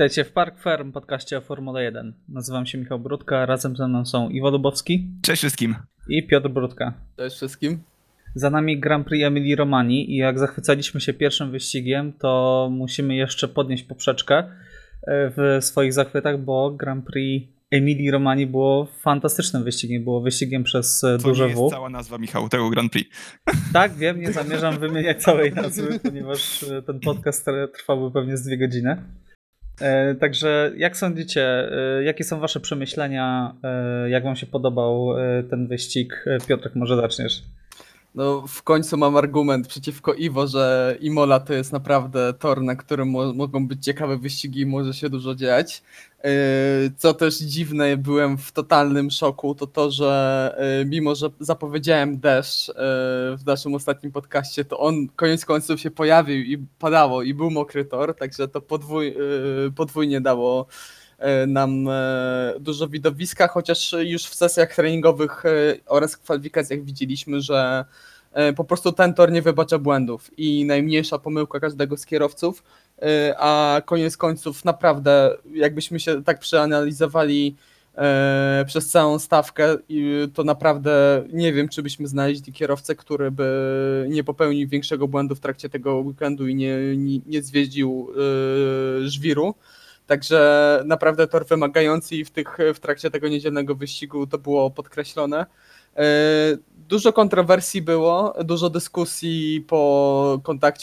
Witajcie w Park Ferm, podcaście o Formule 1. Nazywam się Michał Brudka, razem ze mną są Iwo Dubowski. Cześć wszystkim. I Piotr Brudka. Cześć wszystkim. Za nami Grand Prix Emilii-Romanii i jak zachwycaliśmy się pierwszym wyścigiem, to musimy jeszcze podnieść poprzeczkę w swoich zachwytach, bo Grand Prix Emilii-Romanii było fantastycznym wyścigiem. Było wyścigiem przez duże W. To nie jest cała nazwa, Michał, tego Grand Prix. Tak, wiem, nie zamierzam wymieniać całej nazwy, ponieważ ten podcast trwałby pewnie z 2 godziny. Także jak sądzicie, jakie są wasze przemyślenia, jak wam się podobał ten wyścig? Piotrek, może zaczniesz. No w końcu mam argument przeciwko Iwo, że Imola to jest naprawdę tor, na którym mogą być ciekawe wyścigi i może się dużo dziać. Co też dziwne, byłem w totalnym szoku, to że mimo, że zapowiedziałem deszcz w naszym ostatnim podcaście, to on koniec końców się pojawił i padało i był mokry tor, także to podwójnie dało nam dużo widowiska, chociaż już w sesjach treningowych oraz kwalifikacjach widzieliśmy, że po prostu ten tor nie wybacza błędów i najmniejsza pomyłka każdego z kierowców, a koniec końców naprawdę jakbyśmy się tak przeanalizowali przez całą stawkę, to naprawdę nie wiem, czy byśmy znaleźli kierowcę, który by nie popełnił większego błędu w trakcie tego weekendu i nie zwieździł żwiru. Także naprawdę tor wymagający i w trakcie tego niedzielnego wyścigu to było podkreślone. Dużo kontrowersji było, dużo dyskusji po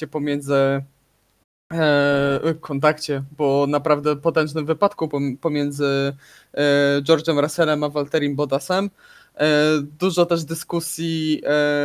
kontakcie, bo naprawdę potężnym wypadku pomiędzy George'em Russellem a Valtterim Bottasem. Dużo też dyskusji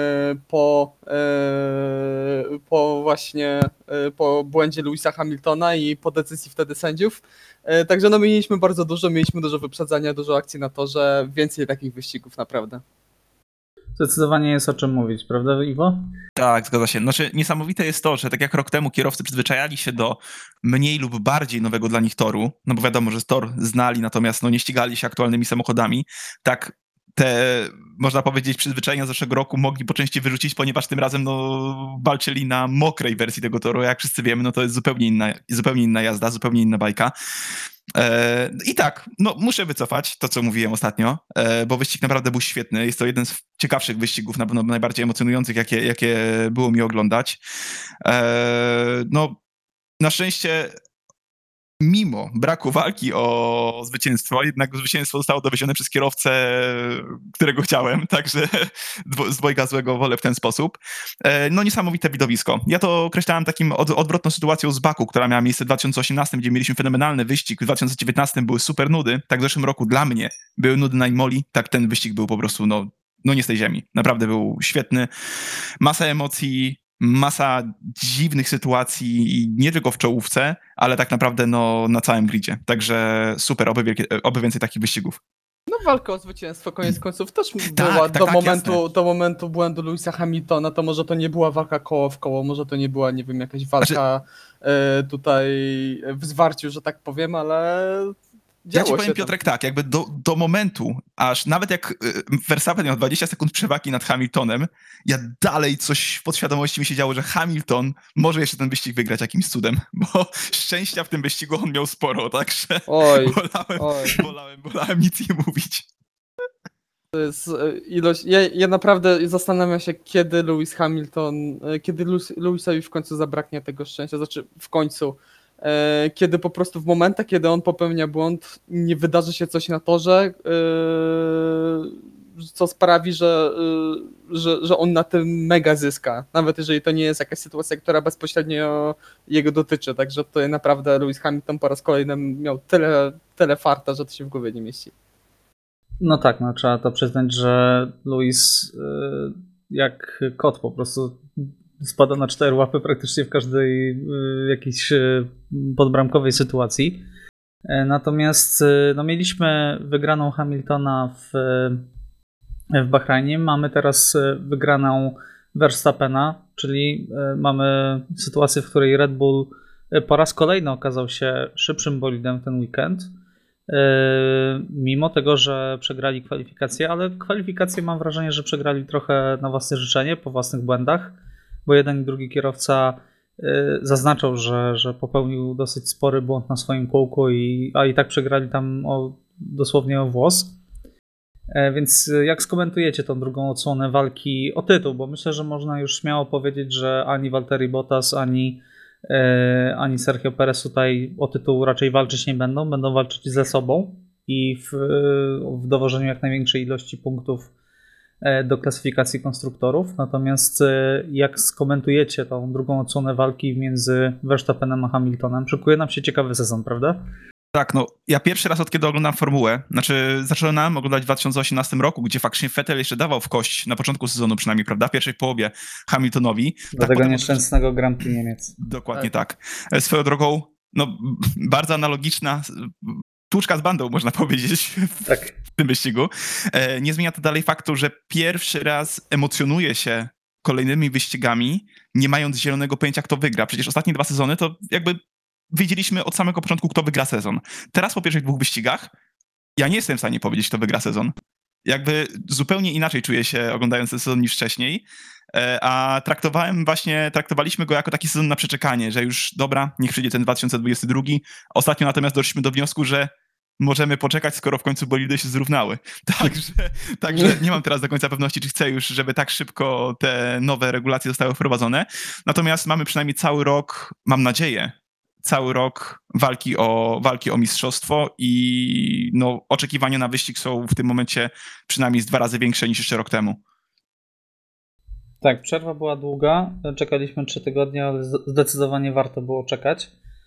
po błędzie Lewisa Hamiltona i po decyzji wtedy sędziów. Także no mieliśmy dużo wyprzedzania, dużo akcji na torze, więcej takich wyścigów naprawdę. Zdecydowanie jest o czym mówić, prawda, Iwo? Tak, zgadza się. Znaczy, niesamowite jest to, że tak jak rok temu kierowcy przyzwyczajali się do mniej lub bardziej nowego dla nich toru, no bo wiadomo, że tor znali, natomiast nie ścigali się aktualnymi samochodami, tak te, można powiedzieć, przyzwyczajenia z zeszłego roku mogli po części wyrzucić, ponieważ tym razem walczyli na mokrej wersji tego toru. Jak wszyscy wiemy, to jest zupełnie inna jazda, zupełnie inna bajka. I tak, muszę wycofać to, co mówiłem ostatnio, bo wyścig naprawdę był świetny. Jest to jeden z ciekawszych wyścigów, na pewno najbardziej emocjonujących, jakie było mi oglądać. Na szczęście, mimo braku walki o zwycięstwo, jednak zwycięstwo zostało dowiezione przez kierowcę, którego chciałem, także z dwojga złego wolę w ten sposób. Niesamowite widowisko. Ja to określałem takim odwrotną sytuacją z Baku, która miała miejsce w 2018, gdzie mieliśmy fenomenalny wyścig. W 2019 były super nudy. Tak w zeszłym roku dla mnie były nudy na Imoli. Tak ten wyścig był po prostu nie z tej ziemi. Naprawdę był świetny. Masa emocji, masa dziwnych sytuacji i nie tylko w czołówce, ale tak naprawdę na całym gridzie. Także super, oby więcej takich wyścigów. Walka o zwycięstwo koniec końców też była do momentu błędu Lewisa Hamiltona, to może to nie była walka koło w koło, może to nie była, nie wiem, jakaś walka tutaj w zwarciu, że tak powiem, ale ja ci powiem, Piotrek, tak, jakby do momentu, aż nawet jak Verstappen miał 20 sekund przewagi nad Hamiltonem, ja dalej coś w podświadomości mi się działo, że Hamilton może jeszcze ten wyścig wygrać jakimś cudem, bo szczęścia w tym wyścigu on miał sporo, także wolałem nic nie mówić. To jest ilość. Ja naprawdę zastanawiam się, kiedy Lewisowi w końcu zabraknie tego szczęścia, znaczy w końcu. Kiedy po prostu w momentach, kiedy on popełnia błąd, nie wydarzy się coś na torze, co sprawi, że on na tym mega zyska. Nawet jeżeli to nie jest jakaś sytuacja, która bezpośrednio jego dotyczy. Także to naprawdę Lewis Hamilton po raz kolejny miał tyle farta, że to się w głowie nie mieści. No tak, trzeba to przyznać, że Lewis jak kot po prostu spada na 4 łapy praktycznie w każdej jakiejś podbramkowej sytuacji. Natomiast mieliśmy wygraną Hamiltona w Bahrajnie, mamy teraz wygraną Verstappena, czyli mamy sytuację, w której Red Bull po raz kolejny okazał się szybszym bolidem w ten weekend. Mimo tego, że przegrali kwalifikacje, ale kwalifikacje mam wrażenie, że przegrali trochę na własne życzenie, po własnych błędach, bo jeden i drugi kierowca zaznaczał, że popełnił dosyć spory błąd na swoim kółku, a i tak przegrali tam dosłownie o włos. Więc jak skomentujecie tą drugą odsłonę walki o tytuł? Bo myślę, że można już śmiało powiedzieć, że ani Valtteri Bottas, ani Sergio Perez tutaj o tytuł raczej walczyć nie będą walczyć ze sobą i w dowożeniu jak największej ilości punktów do klasyfikacji konstruktorów. Natomiast jak skomentujecie tą drugą odsłonę walki między Verstappenem a Hamiltonem? Szykuje nam się ciekawy sezon, prawda? Tak, no ja pierwszy raz od kiedy oglądam formułę, zaczynałem oglądać w 2018 roku, gdzie faktycznie Vettel jeszcze dawał w kość, na początku sezonu przynajmniej, prawda, w pierwszej połowie Hamiltonowi. Do tego nieszczęsnego Grand Prix Niemiec. Dokładnie tak. Swoją drogą, no bardzo analogiczna tłuczka z bandą, można powiedzieć, w tym wyścigu. Nie zmienia to dalej faktu, że pierwszy raz emocjonuje się kolejnymi wyścigami, nie mając zielonego pojęcia, kto wygra. Przecież ostatnie 2 sezony to jakby wiedzieliśmy od samego początku, kto wygra sezon. Teraz po pierwszych 2 wyścigach ja nie jestem w stanie powiedzieć, kto wygra sezon. Jakby zupełnie inaczej czuję się oglądając ten sezon niż wcześniej, a traktowaliśmy go jako taki sezon na przeczekanie, że już dobra, niech przyjdzie ten 2022. Ostatnio natomiast doszliśmy do wniosku, że możemy poczekać, skoro w końcu bolidy się zrównały. Także nie mam teraz do końca pewności, czy chcę już, żeby tak szybko te nowe regulacje zostały wprowadzone. Natomiast mamy przynajmniej cały rok, mam nadzieję, walki o mistrzostwo i no, oczekiwania na wyścig są w tym momencie przynajmniej z 2 razy większe niż jeszcze rok temu. Tak, przerwa była długa, czekaliśmy 3 tygodnie, ale zdecydowanie warto było czekać.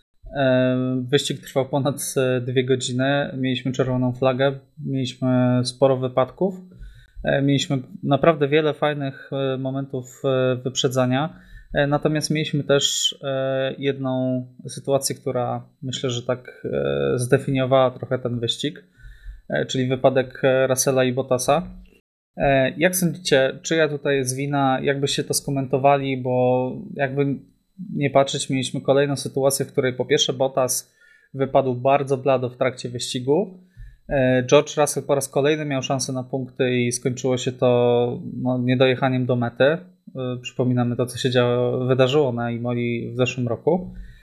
Wyścig trwał ponad 2 godziny, mieliśmy czerwoną flagę, mieliśmy sporo wypadków, mieliśmy naprawdę wiele fajnych momentów wyprzedzania. Natomiast mieliśmy też jedną sytuację, która myślę, że tak zdefiniowała trochę ten wyścig, czyli wypadek Russella i Bottasa. Jak sądzicie, czyja tutaj jest wina? Jakbyście to skomentowali? Bo jakby nie patrzeć, mieliśmy kolejną sytuację, w której po pierwsze Bottas wypadł bardzo blado w trakcie wyścigu. George Russell po raz kolejny miał szansę na punkty i skończyło się to niedojechaniem do mety. Przypominamy to, co się wydarzyło na Imoli w zeszłym roku.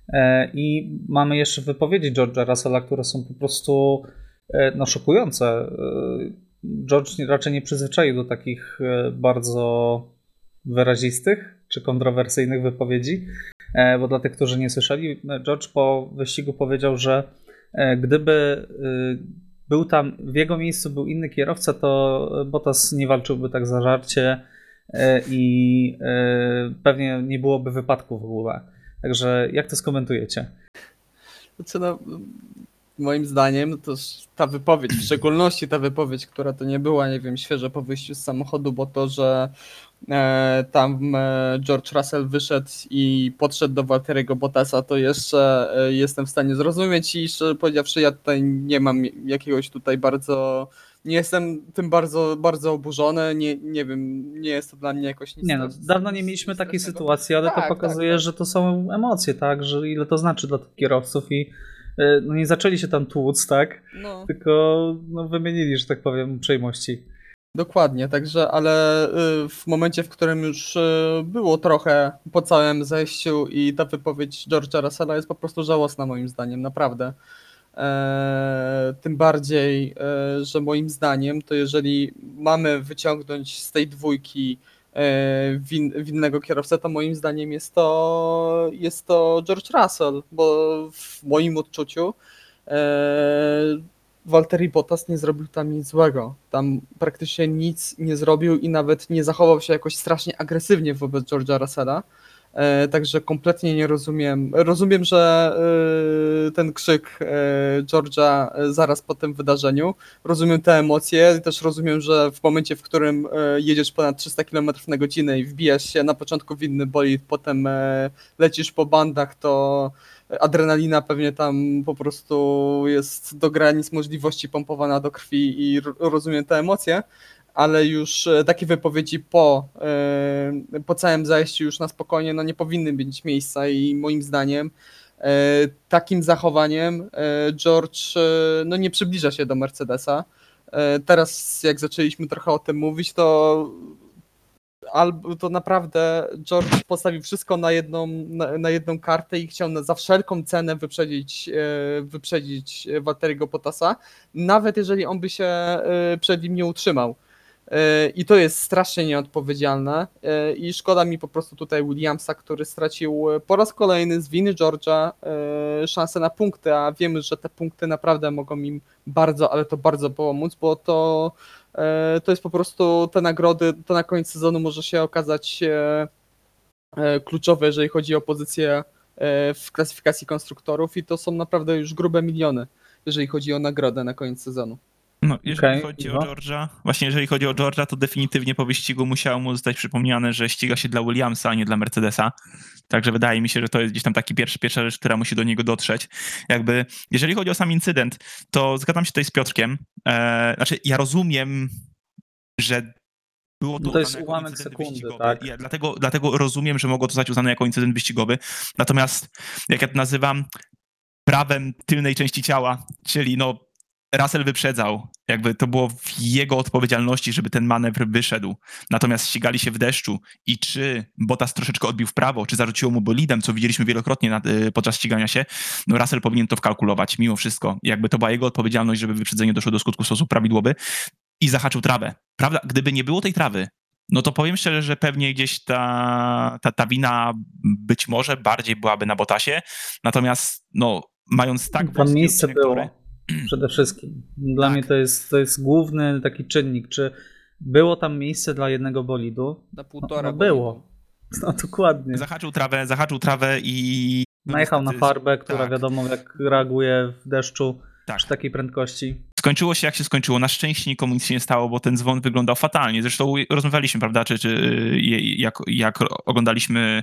I mamy jeszcze wypowiedzi George'a Russella, które są po prostu szokujące. George raczej nie przyzwyczaił do takich bardzo wyrazistych czy kontrowersyjnych wypowiedzi, bo dla tych, którzy nie słyszeli, George po wyścigu powiedział, że gdyby był tam, w jego miejscu był inny kierowca, to Bottas nie walczyłby tak zażarcie i pewnie nie byłoby wypadku w ogóle. Także jak to skomentujecie? Moim zdaniem to ta wypowiedź, w szczególności ta wypowiedź, która to nie była, nie wiem, świeża po wyjściu z samochodu, bo to, że tam George Russell wyszedł i podszedł do Valtteriego Bottasa, to jeszcze jestem w stanie zrozumieć i szczerze powiedziawszy, ja tutaj nie mam jakiegoś tutaj nie jestem tym bardzo oburzony, nie wiem, nie jest to dla mnie jakoś nic. Nie no, dawno nie mieliśmy takiej sytuacji, ale to pokazuje, że to są emocje, tak, że ile to znaczy dla tych kierowców i nie zaczęli się tam tłuc, tak, tylko wymienili, że tak powiem, uprzejmości. Dokładnie, także, ale w momencie, w którym już było trochę po całym zejściu i ta wypowiedź George'a Russella jest po prostu żałosna moim zdaniem, naprawdę. Tym bardziej, że moim zdaniem to jeżeli mamy wyciągnąć z tej dwójki winnego kierowcę, to moim zdaniem jest to George Russell, bo w moim odczuciu Valtteri Bottas nie zrobił tam nic złego. Tam praktycznie nic nie zrobił i nawet nie zachował się jakoś strasznie agresywnie wobec George'a Russella. Także kompletnie nie rozumiem. Rozumiem, że ten krzyk George'a zaraz po tym wydarzeniu. Rozumiem te emocje. Też rozumiem, że w momencie, w którym jedziesz ponad 300 km na godzinę i wbijasz się na początku w inny bolid, potem lecisz po bandach, to adrenalina pewnie tam po prostu jest do granic możliwości pompowana do krwi i rozumiem te emocje, ale już takie wypowiedzi po całym zajściu już na spokojnie nie powinny mieć miejsca i moim zdaniem takim zachowaniem George nie przybliża się do Mercedesa. Teraz jak zaczęliśmy trochę o tym mówić, to albo to naprawdę George postawił wszystko na jedną kartę i chciał za wszelką cenę wyprzedzić Valtteriego Bottasa, nawet jeżeli on by się przed nim nie utrzymał. I to jest strasznie nieodpowiedzialne i szkoda mi po prostu tutaj Williamsa, który stracił po raz kolejny z winy George'a szansę na punkty, a wiemy, że te punkty naprawdę mogą im bardzo, ale to bardzo pomóc, bo to jest po prostu te nagrody, to na koniec sezonu może się okazać kluczowe, jeżeli chodzi o pozycję w klasyfikacji konstruktorów i to są naprawdę już grube miliony, jeżeli chodzi o nagrodę na koniec sezonu. No, jeżeli Okej, chodzi Iwo? o George'a, właśnie jeżeli chodzi o George'a, to definitywnie po wyścigu musiało mu zostać przypomniane, że ściga się dla Williamsa, a nie dla Mercedesa. Także wydaje mi się, że to jest gdzieś tam taki pierwsza rzecz, która musi do niego dotrzeć. Jakby, jeżeli chodzi o sam incydent, to zgadzam się tutaj z Piotrkiem. Znaczy, ja rozumiem, że było to To jest uznane jako ułamek incydent sekundy, wyścigowy. tak. Ja dlatego rozumiem, że mogło to zostać uznane jako incydent wyścigowy. Natomiast, jak ja to nazywam, prawem tylnej części ciała, czyli no Russell wyprzedzał. Jakby to było w jego odpowiedzialności, żeby ten manewr wyszedł. Natomiast ścigali się w deszczu i czy Bottas troszeczkę odbił w prawo, czy zarzuciło mu bolidem, co widzieliśmy wielokrotnie podczas ścigania się, no Russell powinien to wkalkulować mimo wszystko. Jakby to była jego odpowiedzialność, żeby wyprzedzenie doszło do skutku w sposób prawidłowy i zahaczył trawę. Prawda? Gdyby nie było tej trawy, no to powiem szczerze, że pewnie gdzieś ta wina być może bardziej byłaby na Bottasie. Natomiast no mając tak Tam wąskie miejsce odcinek tory, było. Przede wszystkim. Dla Tak. mnie to jest główny taki czynnik, czy było tam miejsce dla jednego bolidu? Na półtora było. No dokładnie. zahaczył trawę i... no Najechał na niestety, farbę, która tak. wiadomo jak reaguje w deszczu Tak. przy takiej prędkości. Skończyło się jak się skończyło. Na szczęście nikomu nic się nie stało, bo ten dzwon wyglądał fatalnie. Zresztą rozmawialiśmy, prawda, czy jak oglądaliśmy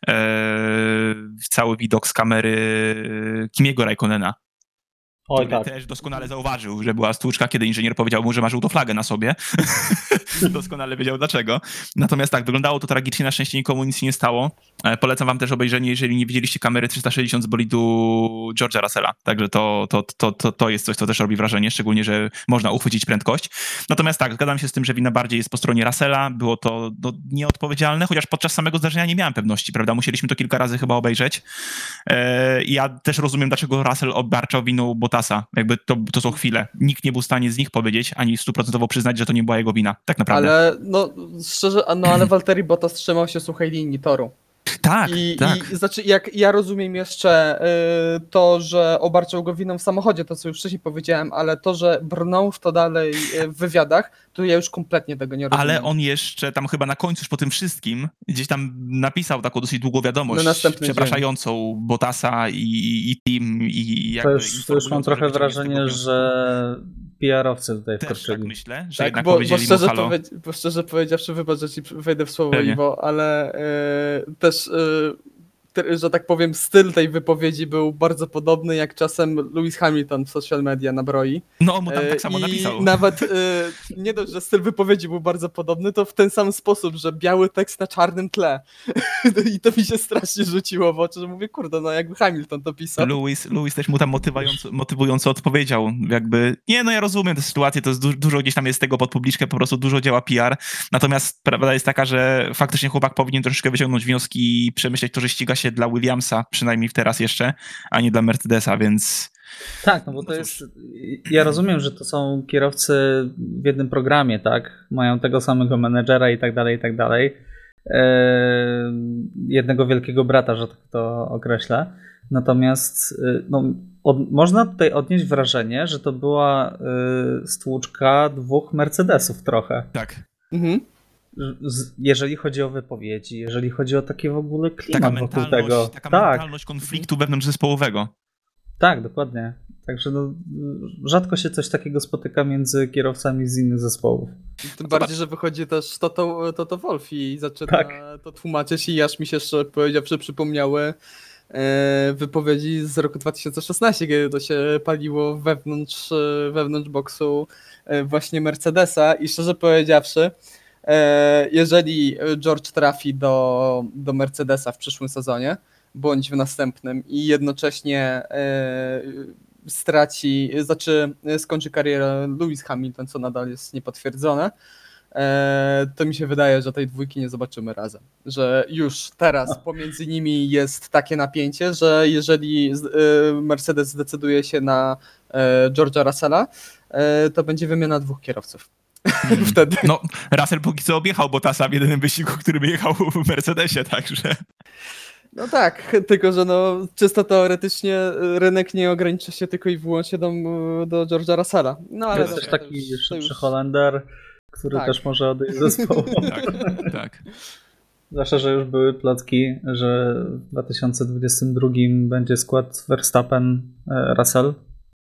cały widok z kamery Kimiego Raikkonena, Oj który tak. też doskonale zauważył, że była stłuczka, kiedy inżynier powiedział mu, że ma żółtą flagę na sobie. Doskonale wiedział dlaczego. Natomiast tak, wyglądało to tragicznie, na szczęście nikomu nic się nie stało. Polecam wam też obejrzenie, jeżeli nie widzieliście kamery 360 z bolidu George'a Russella. Także to jest coś, co też robi wrażenie, szczególnie, że można uchwycić prędkość. Natomiast tak, zgadzam się z tym, że wina bardziej jest po stronie Russella. Było to nieodpowiedzialne, chociaż podczas samego zdarzenia nie miałem pewności, prawda? Musieliśmy to kilka razy chyba obejrzeć. Ja też rozumiem, dlaczego Russell obarczał winą Bottasa. Jakby to są chwile. Nikt nie był w stanie z nich powiedzieć, ani 100% przyznać, że to nie była jego wina, tak naprawdę. Ale no szczerze, ale Valtteri Bottas trzymał się suchej linii toru. Tak, tak. I znaczy, jak ja rozumiem jeszcze to, że obarczał go winą w samochodzie, to co już wcześniej powiedziałem, ale to, że brnął w to dalej w wywiadach, to ja już kompletnie tego nie rozumiem. Ale on jeszcze tam chyba na końcu już po tym wszystkim gdzieś tam napisał taką dosyć długą wiadomość Na następny przepraszającą Bottasa i team i jakby To już mam informując, trochę że wyciągnie z wrażenie, tego że PR-owcy tutaj Też tak wkroczyli. myślę, że Tak, jednak bo powiedzieli mu halo. szczerze powiedziawszy, wybacz, że ci wejdę w słowo, Pewnie. Iwo, ale też, że tak powiem, styl tej wypowiedzi był bardzo podobny, jak czasem Lewis Hamilton w social media nabroi. No on mu tam tak samo I napisał. nawet nie dość, że styl wypowiedzi był bardzo podobny, to w ten sam sposób, że biały tekst na czarnym tle. I to mi się strasznie rzuciło w oczy, że mówię, kurde, no jakby Hamilton to pisał. Lewis też mu tam motywująco odpowiedział, jakby, nie, no ja rozumiem tę sytuację, to jest dużo gdzieś tam jest tego pod publiczkę, po prostu dużo działa PR, natomiast prawda jest taka, że faktycznie chłopak powinien troszeczkę wyciągnąć wnioski i przemyśleć to, że ściga się dla Williamsa, przynajmniej teraz jeszcze, a nie dla Mercedesa, więc... Tak, no bo to jest. Ja rozumiem, że to są kierowcy w jednym programie, tak? Mają tego samego menedżera i tak dalej, i tak dalej. Jednego wielkiego brata, że tak to określę. Natomiast no, można tutaj odnieść wrażenie, że to była stłuczka dwóch Mercedesów trochę. Tak. Mhm. Jeżeli chodzi o wypowiedzi, jeżeli chodzi o taki w ogóle klimat wokół tego. Taka Tak, mentalność konfliktu wewnątrzzespołowego. tak, dokładnie. Także no, rzadko się coś takiego spotyka między kierowcami z innych zespołów. Tym bardziej, że wychodzi też Toto Wolff i zaczyna Tak. to tłumaczyć i aż mi się jeszcze powiedziawszy przypomniały wypowiedzi z roku 2016, kiedy to się paliło wewnątrz boksu właśnie Mercedesa i szczerze powiedziawszy, jeżeli George trafi do Mercedesa w przyszłym sezonie, bądź w następnym i jednocześnie skończy karierę Lewis Hamilton, co nadal jest niepotwierdzone, to mi się wydaje, że tej dwójki nie zobaczymy razem. Że już teraz pomiędzy nimi jest takie napięcie, że jeżeli Mercedes zdecyduje się na George'a Russella, to będzie wymiana 2 kierowców. Wtedy. No, Russell póki co objechał Bottasa w jedynym wyścigu, który by jechał w Mercedesie, także... No tak, tylko że no czysto teoretycznie rynek nie ogranicza się tylko i wyłącznie do George'a Russella. No ale Jest też dobra, taki to szybszy już... Holender, który Tak. też może odejść z zespołu. Tak. Zwłaszcza, że już były plotki, że w 2022 będzie skład Verstappen, Russell.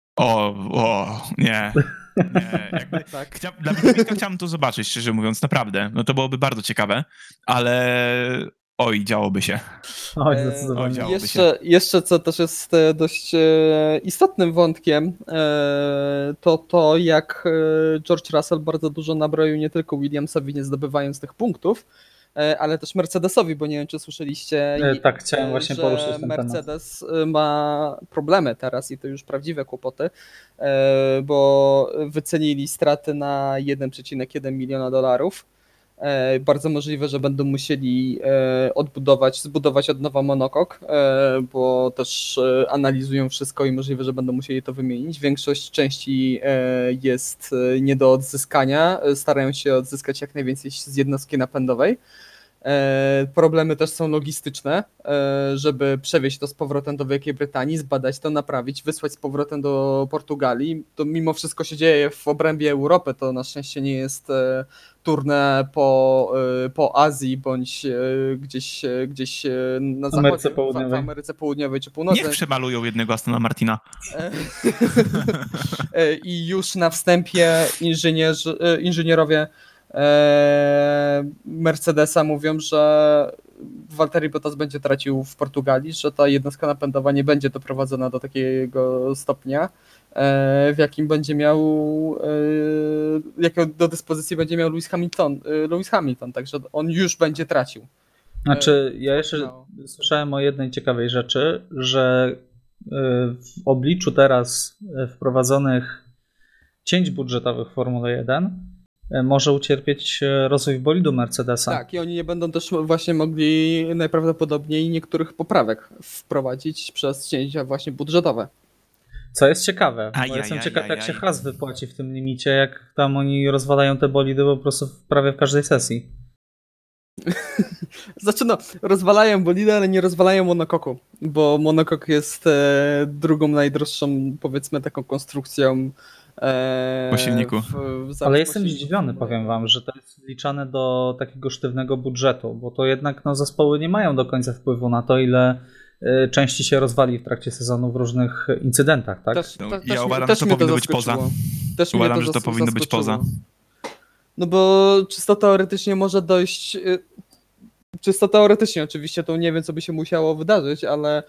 Nie. Jakby Tak. dla widowiska chciałbym to zobaczyć, szczerze mówiąc, naprawdę. No to byłoby bardzo ciekawe, ale działoby się. Oj, zdecydowanie. działoby Jeszcze co też jest dość istotnym wątkiem, to jak George Russell bardzo dużo nabroił nie tylko Williamsowi, nie zdobywając tych punktów, ale też Mercedesowi, bo nie wiem, czy słyszeliście, Tak, chciałem właśnie że poruszyć ten temat. Mercedes ma problemy teraz i to już prawdziwe kłopoty, bo wycenili straty na $1,1 miliona. Bardzo możliwe, że będą musieli zbudować od nowa monokok, bo też analizują wszystko i możliwe, że będą musieli to wymienić. Większość części jest nie do odzyskania, starają się odzyskać jak najwięcej z jednostki napędowej. Problemy też są logistyczne, żeby przewieźć to z powrotem do Wielkiej Brytanii, zbadać to, naprawić, wysłać z powrotem do Portugalii. To mimo wszystko się dzieje w obrębie Europy, to na szczęście nie jest tournée po Azji bądź gdzieś na zachodzie, w Ameryce Południowej czy Północnej. Niech przemalują jednego Astona Martina. I już na wstępie inżynierowie Mercedesa mówią, że Valtteri Bottas będzie tracił w Portugalii, że ta jednostka napędowa nie będzie doprowadzona do takiego stopnia, w jakim będzie miał, jaką do dyspozycji będzie miał Lewis Hamilton, także on już będzie tracił. Znaczy, ja jeszcze słyszałem o jednej ciekawej rzeczy, że w obliczu teraz wprowadzonych cięć budżetowych w Formule 1 może ucierpieć rozwój bolidu Mercedesa. Tak, i oni nie będą też właśnie mogli najprawdopodobniej niektórych poprawek wprowadzić przez cięcia właśnie budżetowe. Co jest ciekawe, bo jestem ciekaw, jak się Haas wypłaci w tym limicie, jak tam oni rozwalają te bolidy po prostu prawie w każdej sesji. Znaczy rozwalają bolidy, ale nie rozwalają monokoku, bo monokok jest drugą najdroższą, powiedzmy, taką konstrukcją po silniku. Ale jestem zdziwiony, powiem wam, że to jest wliczane do takiego sztywnego budżetu, bo to jednak zespoły nie mają do końca wpływu na to, ile części się rozwali w trakcie sezonu w różnych incydentach, tak? Ja uważam, że to powinno być poza. Uważam, że to powinno być poza. No bo czysto teoretycznie może dojść, czysto teoretycznie oczywiście, to nie wiem, co by się musiało wydarzyć, ale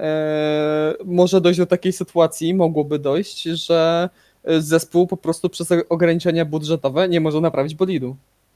może dojść do takiej sytuacji, mogłoby dojść, że zespół po prostu przez ograniczenia budżetowe nie może naprawić bolidu.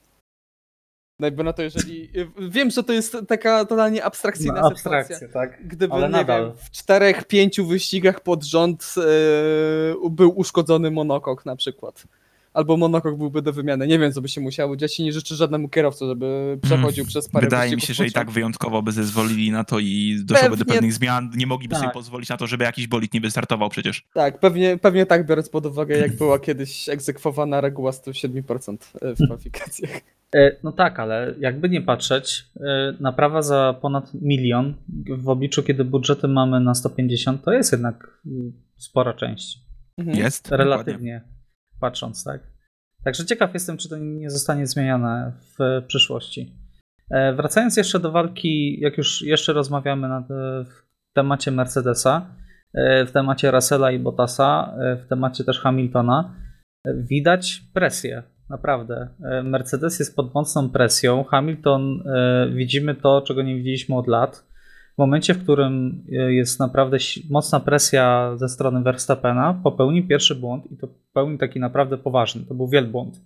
No jakby na to, jeżeli... Wiem, że to jest taka totalnie abstrakcyjna sytuacja. Tak. Gdyby, ale nadal. Nie wiem, w 4-5 wyścigach pod rząd był uszkodzony monokok na przykład. Albo monokok byłby do wymiany. Nie wiem, co by się musiało dziać i nie życzę żadnemu kierowcy, żeby przechodził przez parę Wydaje mi się, że i tak wyjątkowo by zezwolili na to i doszłoby do pewnych zmian. Nie mogliby sobie pozwolić na to, żeby jakiś bolid nie wystartował przecież. Tak, pewnie tak, biorąc pod uwagę, jak była kiedyś egzekwowana reguła 107% w kwalifikacjach. No tak, ale jakby nie patrzeć, naprawa za ponad 1 milion w obliczu, kiedy budżety mamy na 150, to jest jednak spora część. Jest? Relatywnie. Dokładnie. Patrząc, tak. Także ciekaw jestem, czy to nie zostanie zmienione w przyszłości. Wracając jeszcze do walki, jak już jeszcze rozmawiamy w temacie Mercedesa, w temacie Russella i Bottasa, w temacie też Hamiltona, widać presję, naprawdę. Mercedes jest pod mocną presją, Hamilton, widzimy to, czego nie widzieliśmy od lat. W momencie, w którym jest naprawdę mocna presja ze strony Verstappena, popełni pierwszy błąd i to popełni taki naprawdę poważny. To był wielbłąd.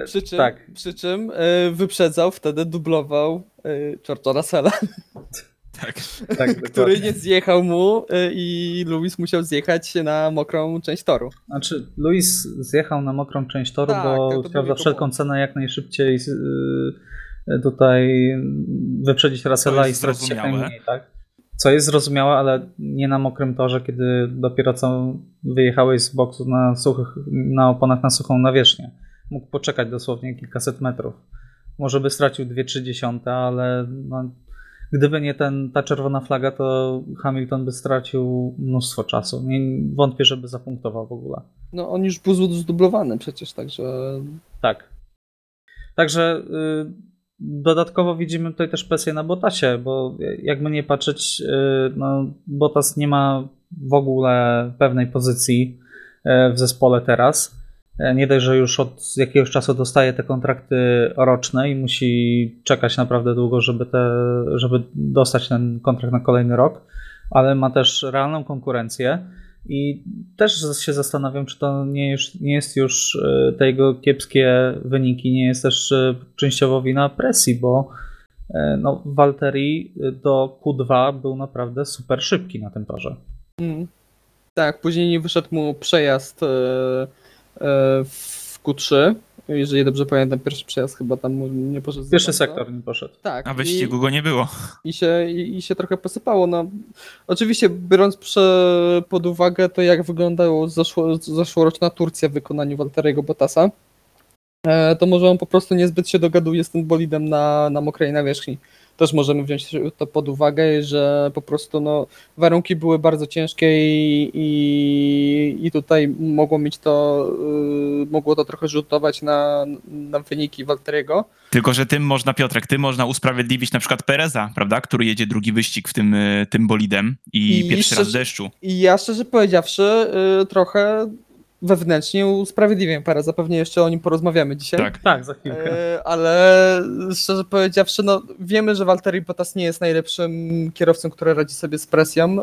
Przy czym wyprzedzał, wtedy dublował George'a Russella. Tak. Tak, który dokładnie. nie zjechał mu i Lewis musiał zjechać na mokrą część toru. Znaczy, Luis zjechał na mokrą część toru, Tak, bo to chciał był za jego wszelką błąd. cenę jak najszybciej tutaj wyprzedzić Russella i jest stracić jak zrozumiałe. najmniej, tak? Co jest zrozumiałe, ale nie na mokrym torze, kiedy dopiero co wyjechałeś z boksu na oponach na suchą nawierzchnię. Mógł poczekać dosłownie kilkaset metrów. Może by stracił 2/3, ale no, gdyby nie ta czerwona flaga, to Hamilton by stracił mnóstwo czasu. Wątpię, żeby zapunktował w ogóle. No on już był zdublowany przecież, także... Tak. Także dodatkowo widzimy tutaj też presję na Bottasie, bo jakby nie patrzeć, no, Bottas nie ma w ogóle pewnej pozycji w zespole teraz. Nie dość, że już od jakiegoś czasu dostaje te kontrakty roczne i musi czekać naprawdę długo, żeby dostać ten kontrakt na kolejny rok, ale ma też realną konkurencję. I też się zastanawiam, czy to nie jest już te jego kiepskie wyniki, nie jest też częściowo wina presji, bo no, Valtteri do Q2 był naprawdę super szybki na tym torze. Tak, później nie wyszedł mu przejazd w Q3, jeżeli dobrze pamiętam, pierwszy przejazd chyba tam mu nie poszedł. Pierwszy sektor nie poszedł. Tak. A wyścigu go nie było. I się trochę posypało. No, oczywiście biorąc pod uwagę to, jak wyglądała zeszłoroczna Turcja w wykonaniu Valtteriego Bottasa, to może on po prostu niezbyt się dogaduje z tym bolidem na mokrej nawierzchni. Też możemy wziąć to pod uwagę, że po prostu no, warunki były bardzo ciężkie i tutaj mogło to trochę rzutować na wyniki Valtteriego. Tylko że Piotrek, tym można usprawiedliwić na przykład Pereza, prawda, który jedzie drugi wyścig w tym bolidem i pierwszy raz w deszczu. I ja szczerze powiedziawszy trochę wewnętrznie usprawiedliwiam Pereza, pewnie jeszcze o nim porozmawiamy dzisiaj. Tak, za chwilkę. Ale szczerze powiedziawszy, no wiemy, że Valtteri Bottas nie jest najlepszym kierowcą, który radzi sobie z presją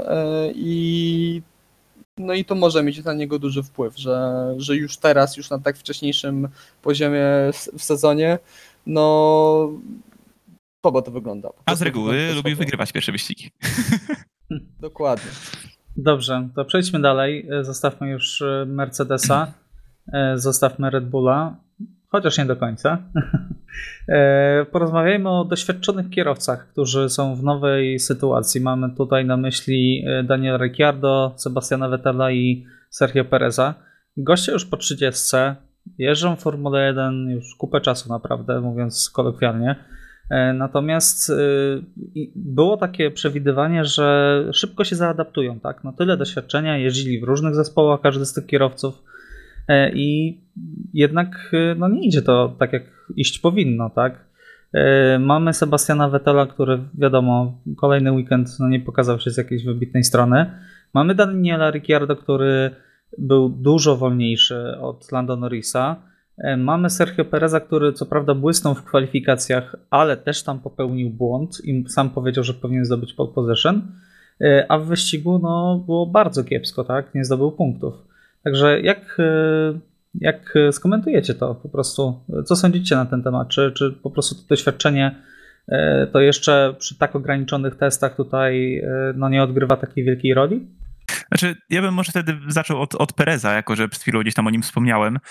i to może mieć na niego duży wpływ, że już teraz, już na tak wcześniejszym poziomie w sezonie, no słabo to wygląda. A z reguły lubi wygrywać pierwsze wyścigi. Dokładnie. Dobrze, to przejdźmy dalej. Zostawmy już Mercedesa, zostawmy Red Bulla, chociaż nie do końca. Porozmawiajmy o doświadczonych kierowcach, którzy są w nowej sytuacji. Mamy tutaj na myśli Daniela Ricciardo, Sebastiana Vettela i Sergio Pereza. Goście już po 30, jeżdżą w Formule 1 już kupę czasu naprawdę, mówiąc kolokwialnie. Natomiast było takie przewidywanie, że szybko się zaadaptują, tak? No tyle doświadczenia, jeździli w różnych zespołach każdy z tych kierowców i jednak no nie idzie to tak, jak iść powinno, tak? Mamy Sebastiana Vettela, który wiadomo, kolejny weekend no nie pokazał się z jakiejś wybitnej strony. Mamy Daniela Ricciardo, który był dużo wolniejszy od Lando Norrisa. Mamy Sergio Pereza, który co prawda błysnął w kwalifikacjach, ale też tam popełnił błąd i sam powiedział, że powinien zdobyć pole position, a w wyścigu no, było bardzo kiepsko, tak? Nie zdobył punktów. Także jak skomentujecie to po prostu? Co sądzicie na ten temat? Czy po prostu to doświadczenie to jeszcze przy tak ograniczonych testach tutaj no, nie odgrywa takiej wielkiej roli? Znaczy, ja bym może wtedy zaczął od Pereza, jako że przed chwilą gdzieś tam o nim wspomniałem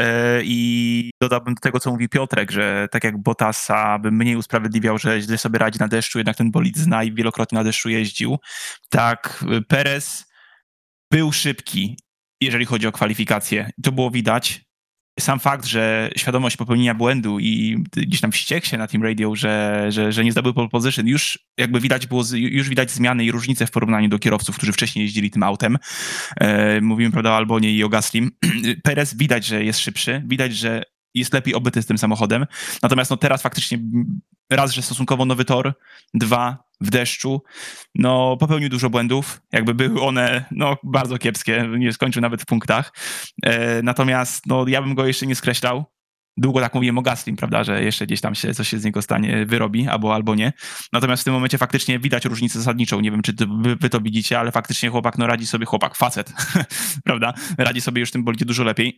i dodałbym do tego, co mówi Piotrek, że tak jak Bottasa bym mniej usprawiedliwiał, że źle sobie radzi na deszczu, jednak ten bolid zna i wielokrotnie na deszczu jeździł, tak Perez był szybki, jeżeli chodzi o kwalifikacje. To było widać. Sam fakt, że świadomość popełnienia błędu i gdzieś tam wściekł się na Team Radio, że nie zdobył pole position, już jakby już widać zmiany i różnice w porównaniu do kierowców, którzy wcześniej jeździli tym autem. Mówimy, prawda, o Albonie i o Gaslim. Perez widać, że jest szybszy, widać, że jest lepiej obyty z tym samochodem. Natomiast no teraz faktycznie raz, że stosunkowo nowy tor, dwa, w deszczu, no popełnił dużo błędów, jakby były one no bardzo kiepskie, nie skończył nawet w punktach. Natomiast no ja bym go jeszcze nie skreślał. Długo tak mówiłem o Gaslim, prawda, że jeszcze gdzieś tam coś się z niego stanie, wyrobi, albo nie. Natomiast w tym momencie faktycznie widać różnicę zasadniczą. Nie wiem, czy wy to widzicie, ale faktycznie facet, prawda, radzi sobie już w tym bolidzie dużo lepiej.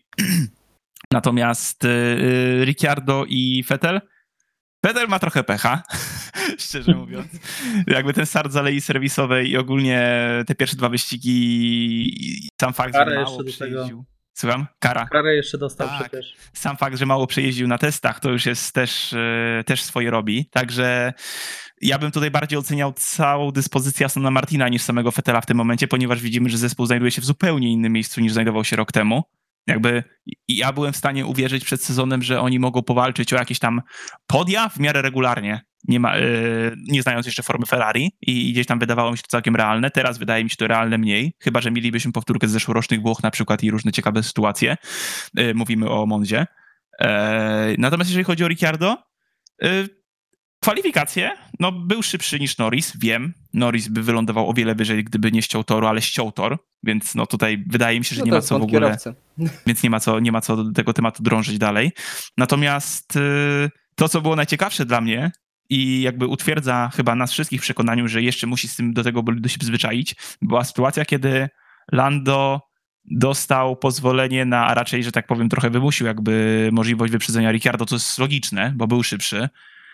Natomiast Ricciardo i Vettel ma trochę pecha, szczerze mówiąc. Jakby ten start z alei serwisowej i ogólnie te pierwsze 2 wyścigi i sam fakt, Karę że jeszcze mało do tego. przejeździł. Słucham? Kara. Karę jeszcze dostał Tak. przecież. Sam fakt, że mało przejeździł na testach, to już jest też swoje robi. Także ja bym tutaj bardziej oceniał całą dyspozycję Astona Martina niż samego Vettela w tym momencie, ponieważ widzimy, że zespół znajduje się w zupełnie innym miejscu niż znajdował się rok temu. Jakby ja byłem w stanie uwierzyć przed sezonem, że oni mogą powalczyć o jakieś tam podia w miarę regularnie, nie znając jeszcze formy Ferrari i gdzieś tam wydawało mi się to całkiem realne. Teraz wydaje mi się to realne mniej, chyba że mielibyśmy powtórkę z zeszłorocznych Włoch na przykład i różne ciekawe sytuacje. Mówimy o Mondzie. Natomiast jeżeli chodzi o Ricciardo, kwalifikacje, no był szybszy niż Norris, wiem. Norris by wylądował o wiele wyżej, gdyby nie ściął toru, ale ściął tor, więc no tutaj wydaje mi się, że nie ma co w ogóle... Kierowcy. Więc nie ma co do tego tematu drążyć dalej. Natomiast to, co było najciekawsze dla mnie i jakby utwierdza chyba nas wszystkich w przekonaniu, że jeszcze musi do tego bolidu się przyzwyczaić, była sytuacja, kiedy Lando dostał pozwolenie na, a raczej, że tak powiem, trochę wymusił jakby możliwość wyprzedzenia Ricciardo, co jest logiczne, bo był szybszy.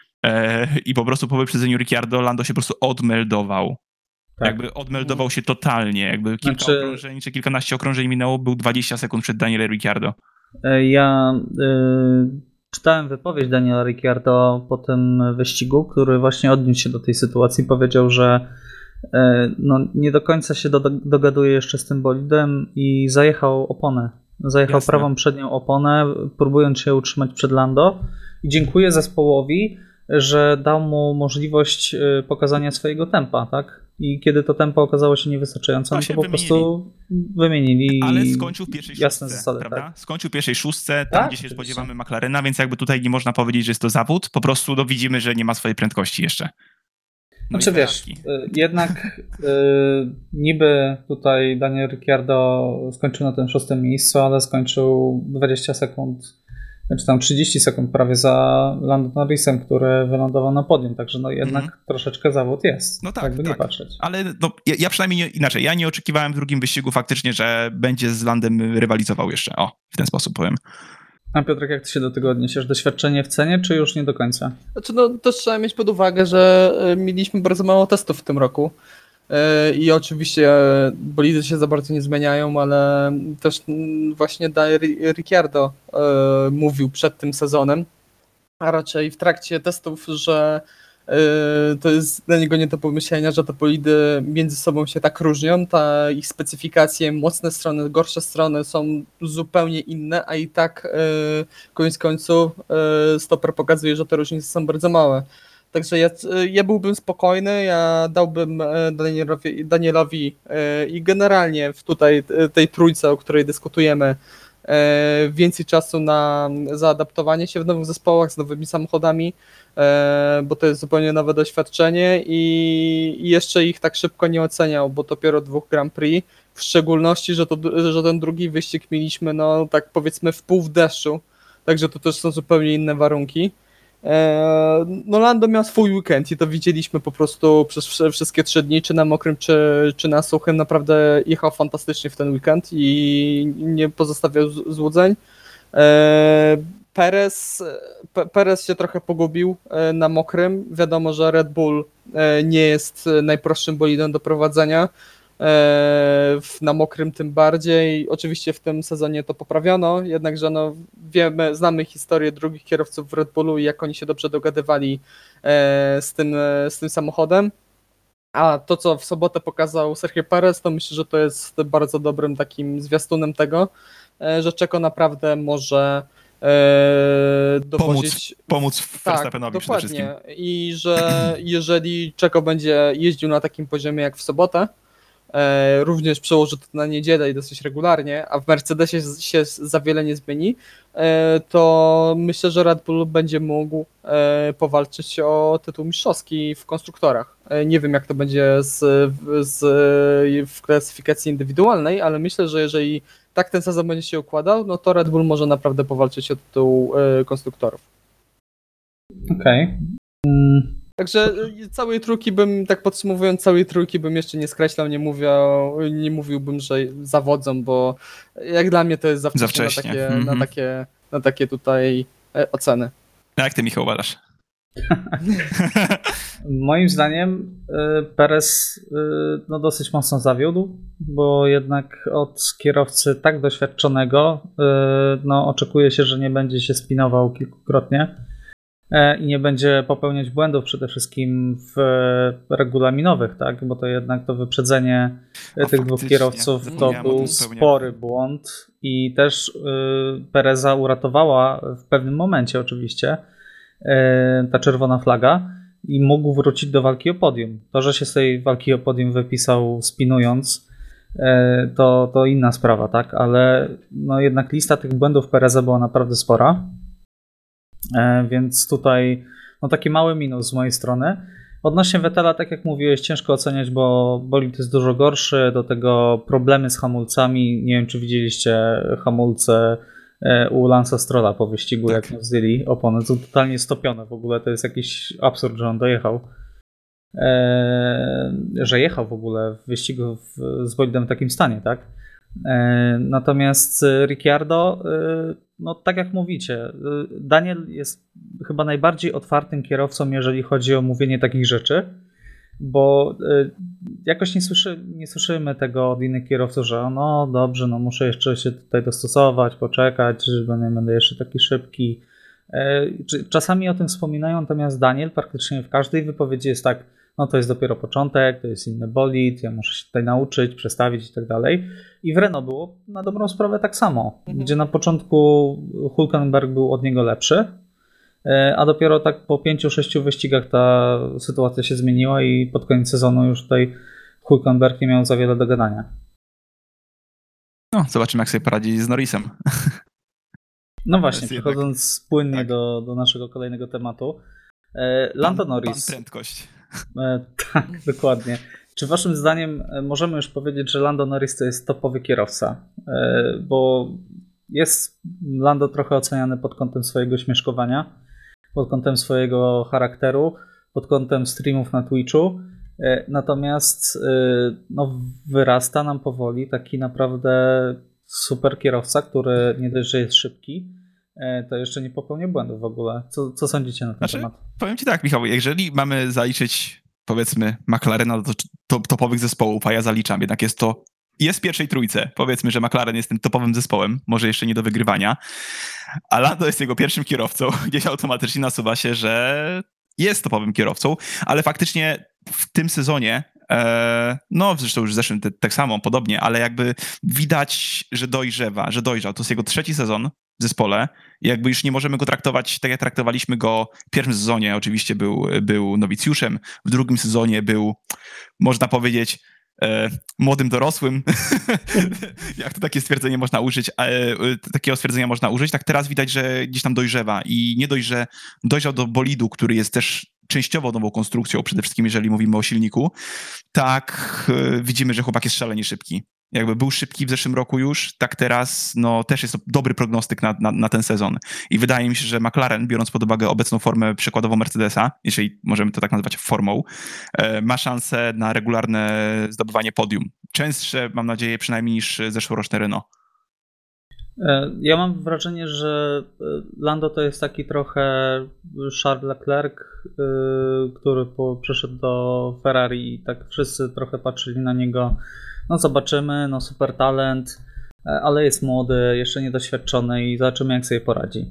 I po prostu po wyprzedzeniu Ricciardo Lando się po prostu odmeldował. Tak. Jakby odmeldował się totalnie. Jakby kilka okrążeń, czy kilkanaście okrążeń minęło, był 20 sekund przed Danielem Ricciardo. Ja czytałem wypowiedź Daniela Ricciardo po tym wyścigu, który właśnie odniósł się do tej sytuacji. Powiedział, że no, nie do końca się dogaduje jeszcze z tym bolidem i zajechał oponę. Zajechał Jasne. prawą przednią oponę, próbując się utrzymać przed Lando. I dziękuję zespołowi, że dał mu możliwość pokazania swojego tempa, tak? I kiedy to tempo okazało się niewystarczające, no to po prostu wymienili. Ale skończył w pierwszej jasne szóstce, zasady, prawda? tak? Skończył w pierwszej szóstce, tam Tak, gdzie się oczywiście. spodziewamy McLarena, więc jakby tutaj nie można powiedzieć, że jest to zawód, po prostu no, widzimy, że nie ma swojej prędkości jeszcze. No Znaczy wiesz, jednak niby tutaj Daniel Ricciardo skończył na tym 6. miejscu, ale skończył 20 sekund, czy tam 30 sekund prawie za Lando Norrisem, który wylądował na podium, także no jednak troszeczkę zawód jest, no tak, jakby nie tak. patrzeć. Ale no, ja przynajmniej inaczej, ja nie oczekiwałem w drugim wyścigu faktycznie, że będzie z Landem rywalizował jeszcze, w ten sposób powiem. A Piotrek, jak ty się do tego odniesiesz? Doświadczenie w cenie, czy już nie do końca? Znaczy, no też trzeba mieć pod uwagę, że mieliśmy bardzo mało testów w tym roku. I oczywiście bolidy się za bardzo nie zmieniają, ale też właśnie Ricciardo mówił przed tym sezonem, a raczej w trakcie testów, że to jest dla niego nie do pomyślenia, że te bolidy między sobą się tak różnią, ich specyfikacje, mocne strony, gorsze strony są zupełnie inne, a i tak koniec końców stoper pokazuje, że te różnice są bardzo małe. Także ja byłbym spokojny, ja dałbym Danielowi i generalnie w tutaj tej trójce, o której dyskutujemy, więcej czasu na zaadaptowanie się w nowych zespołach z nowymi samochodami, bo to jest zupełnie nowe doświadczenie i jeszcze ich tak szybko nie oceniał, bo dopiero 2 Grand Prix, w szczególności, że ten drugi wyścig mieliśmy, no tak powiedzmy w pół w deszczu, także to też są zupełnie inne warunki. No Lando miał swój weekend i to widzieliśmy po prostu przez wszystkie 3 dni, czy na mokrym, czy na suchym, naprawdę jechał fantastycznie w ten weekend i nie pozostawiał złudzeń. Perez się trochę pogubił na mokrym, wiadomo, że Red Bull nie jest najprostszym bolidem do prowadzenia, na mokrym tym bardziej. Oczywiście w tym sezonie to poprawiono, jednakże no znamy historię drugich kierowców w Red Bullu i jak oni się dobrze dogadywali z tym samochodem. A to, co w sobotę pokazał Sergio Perez, to myślę, że to jest bardzo dobrym takim zwiastunem tego, że Checo naprawdę może dowozić... Pomóc Verstappenowi przede wszystkim. Dokładnie. I że jeżeli Checo będzie jeździł na takim poziomie jak w sobotę, również przełoży to na niedzielę i dosyć regularnie, a w Mercedesie się za wiele nie zmieni, to myślę, że Red Bull będzie mógł powalczyć o tytuł mistrzowski w konstruktorach. Nie wiem, jak to będzie w klasyfikacji indywidualnej, ale myślę, że jeżeli tak ten sezon będzie się układał, no to Red Bull może naprawdę powalczyć o tytuł konstruktorów. Okej. Także całej trójki tak podsumowując, całej trójki bym jeszcze nie skreślał, nie mówiłbym, że zawodzą, bo jak dla mnie to jest za wcześnie. Na takie tutaj oceny. A jak ty, Michał, uważasz? Moim zdaniem Perez no, dosyć mocno zawiódł, bo jednak od kierowcy tak doświadczonego no, oczekuje się, że nie będzie się spinował kilkukrotnie i nie będzie popełniać błędów przede wszystkim w regulaminowych, tak? Bo to jednak to wyprzedzenie tych dwóch kierowców to zapomniałem o był tym zupełnie. spory błąd i też Pereza uratowała w pewnym momencie oczywiście ta czerwona flaga i mógł wrócić do walki o podium. To, że się z tej walki o podium wypisał spinując, to inna sprawa, tak? Ale no jednak lista tych błędów Pereza była naprawdę spora. Więc tutaj no taki mały minus z mojej strony. Odnośnie Vettela, tak jak mówiłeś, ciężko oceniać, bo bolid jest dużo gorszy, do tego problemy z hamulcami. Nie wiem, czy widzieliście hamulce u Lance'a Strolla po wyścigu, Tak. jak nie zdjęli opony. Są totalnie stopione w ogóle, to jest jakiś absurd, że on dojechał. Że jechał w ogóle w wyścigu z bolidem w takim stanie, tak? Natomiast Ricciardo, no tak jak mówicie, Daniel jest chyba najbardziej otwartym kierowcą, jeżeli chodzi o mówienie takich rzeczy, bo jakoś nie słyszymy tego od innych kierowców, że no dobrze, no muszę jeszcze się tutaj dostosować, poczekać, że nie będę jeszcze taki szybki. Czasami o tym wspominają, natomiast Daniel praktycznie w każdej wypowiedzi jest tak, no to jest dopiero początek, to jest inny bolid, ja muszę się tutaj nauczyć, przestawić i tak dalej. I w Renault było na dobrą sprawę tak samo, gdzie na początku Hülkenberg był od niego lepszy, a dopiero tak po 5-6 wyścigach ta sytuacja się zmieniła i pod koniec sezonu już tutaj Hülkenberg nie miał za wiele do gadania. No, zobaczymy, jak sobie poradzi z Norrisem. No właśnie, jest przechodząc płynnie tak. do naszego kolejnego tematu. Lando Norris. Pan prędkość. Tak, dokładnie. Czy waszym zdaniem możemy już powiedzieć, że Lando Norris to jest topowy kierowca? Bo jest Lando trochę oceniany pod kątem swojego śmieszkowania, pod kątem swojego charakteru, pod kątem streamów na Twitchu. Natomiast no, wyrasta nam powoli taki naprawdę super kierowca, który nie dość, że jest szybki, to jeszcze nie popełnia błędów w ogóle. Co sądzicie na ten temat? Powiem ci tak, Michał, jeżeli mamy zaliczyć, powiedzmy, McLarena do topowych zespołów, a ja zaliczam, jednak jest w pierwszej trójce. Powiedzmy, że McLaren jest tym topowym zespołem, może jeszcze nie do wygrywania, a Lando jest jego pierwszym kierowcą, gdzieś automatycznie nasuwa się, że jest topowym kierowcą, ale faktycznie w tym sezonie, no zresztą już w zeszłym tak samo, podobnie, ale jakby widać, że dojrzał. To jest jego trzeci sezon w zespole i jakby już nie możemy go traktować tak, jak traktowaliśmy go w pierwszym sezonie. Oczywiście był nowicjuszem, w drugim sezonie był, można powiedzieć, młodym dorosłym. Jak to takie stwierdzenie można użyć, takiego stwierdzenia można użyć, tak teraz widać, że gdzieś tam dojrzewa i nie dość, że dojrzał do bolidu, który jest też częściowo nową konstrukcją, przede wszystkim jeżeli mówimy o silniku, tak widzimy, że chłopak jest szalenie szybki. Jakby był szybki w zeszłym roku już, tak teraz no, też jest to dobry prognostyk na ten sezon. I wydaje mi się, że McLaren, biorąc pod uwagę obecną formę przykładowo Mercedesa, jeżeli możemy to tak nazywać formą, ma szansę na regularne zdobywanie podium. Częstsze, mam nadzieję, przynajmniej niż zeszłoroczne Renault. Ja mam wrażenie, że Lando to jest taki trochę Charles Leclerc, który przeszedł do Ferrari i tak wszyscy trochę patrzyli na niego. No zobaczymy, no super talent, ale jest młody, jeszcze niedoświadczony i zobaczymy, jak sobie poradzi.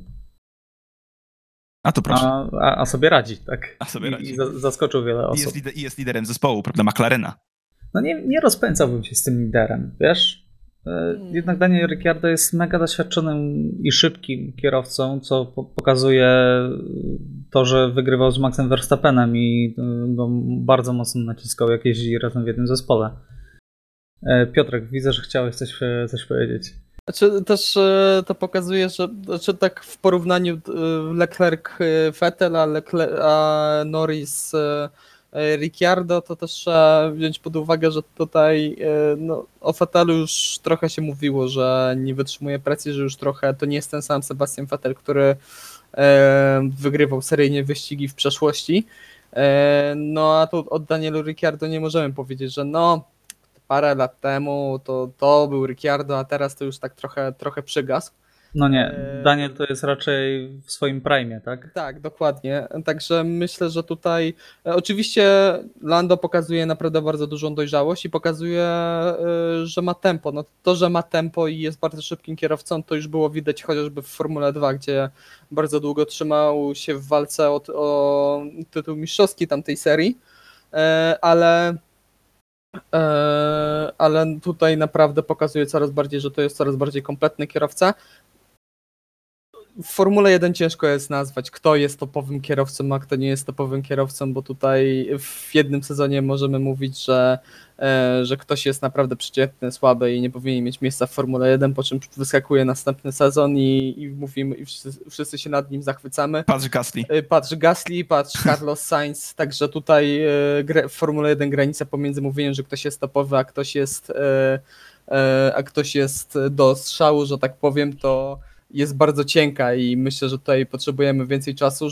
A to proszę. A sobie radzi, tak? A sobie radzi. I zaskoczył wiele osób. I jest liderem zespołu, prawda, McLarena. No nie rozpędzałbym się z tym liderem, wiesz? Jednak Daniel Ricciardo jest mega doświadczonym i szybkim kierowcą, co pokazuje to, że wygrywał z Maxem Verstappenem i go bardzo mocno naciskał, jak jeździli razem w jednym zespole. Piotrek, widzę, że chciałeś coś powiedzieć. Znaczy, też to pokazuje, że znaczy, tak w porównaniu Leclerc-Vettel, a Norris Ricciardo, to też trzeba wziąć pod uwagę, że tutaj no, o Vettelu już trochę się mówiło, że nie wytrzymuje presji, że już trochę to nie jest ten sam Sebastian Vettel, który wygrywał seryjnie wyścigi w przeszłości. No a tu od Danielu Ricciardo nie możemy powiedzieć, że no parę lat temu to był Ricciardo, a teraz to już tak trochę przygasł. No nie, Daniel to jest raczej w swoim prime, tak? Tak, dokładnie. Także myślę, że tutaj oczywiście Lando pokazuje naprawdę bardzo dużą dojrzałość i pokazuje, że ma tempo. No to, że ma tempo i jest bardzo szybkim kierowcą, to już było widać chociażby w Formule 2, gdzie bardzo długo trzymał się w walce o tytuł mistrzowski tamtej serii, ale tutaj naprawdę pokazuje coraz bardziej, że to jest coraz bardziej kompletny kierowca. W Formule 1 ciężko jest nazwać, kto jest topowym kierowcą, a kto nie jest topowym kierowcą, bo tutaj w jednym sezonie możemy mówić, że ktoś jest naprawdę przeciętny, słaby i nie powinien mieć miejsca w Formule 1, po czym wyskakuje następny sezon i mówimy, i wszyscy się nad nim zachwycamy. Patrz Gasly, patrz Carlos Sainz, także tutaj w Formule 1 granica pomiędzy mówieniem, że ktoś jest topowy, a ktoś jest do strzału, że tak powiem, to jest bardzo cienka i myślę, że tutaj potrzebujemy więcej czasu,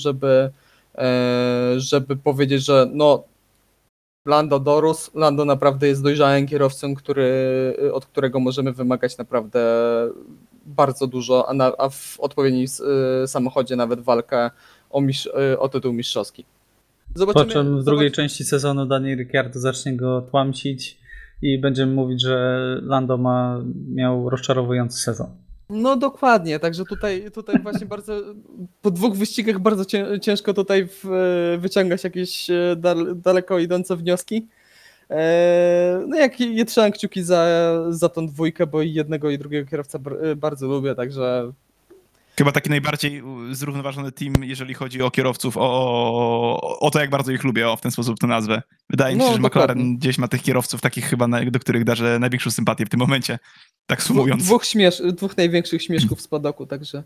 żeby powiedzieć, że no Lando dorósł, Lando naprawdę jest dojrzałym kierowcą, od którego możemy wymagać naprawdę bardzo dużo, a w odpowiednim samochodzie nawet walkę o tytuł mistrzowski. Po czym w drugiej części sezonu Daniel Ricciardo zacznie go tłamsić i będziemy mówić, że Lando miał rozczarowujący sezon. No dokładnie, także tutaj właśnie bardzo po 2 wyścigach bardzo ciężko tutaj wyciągać jakieś daleko idące wnioski. No ja trzymam kciuki za tą dwójkę, bo i jednego i drugiego kierowcę bardzo lubię, także... Chyba taki najbardziej zrównoważony team, jeżeli chodzi o kierowców, o to, jak bardzo ich lubię, w ten sposób to nazwę. Wydaje mi się, że dokładnie. McLaren gdzieś ma tych kierowców takich chyba, do których darzę największą sympatię w tym momencie, tak sumując. 2 największych śmieszków z padoku, także...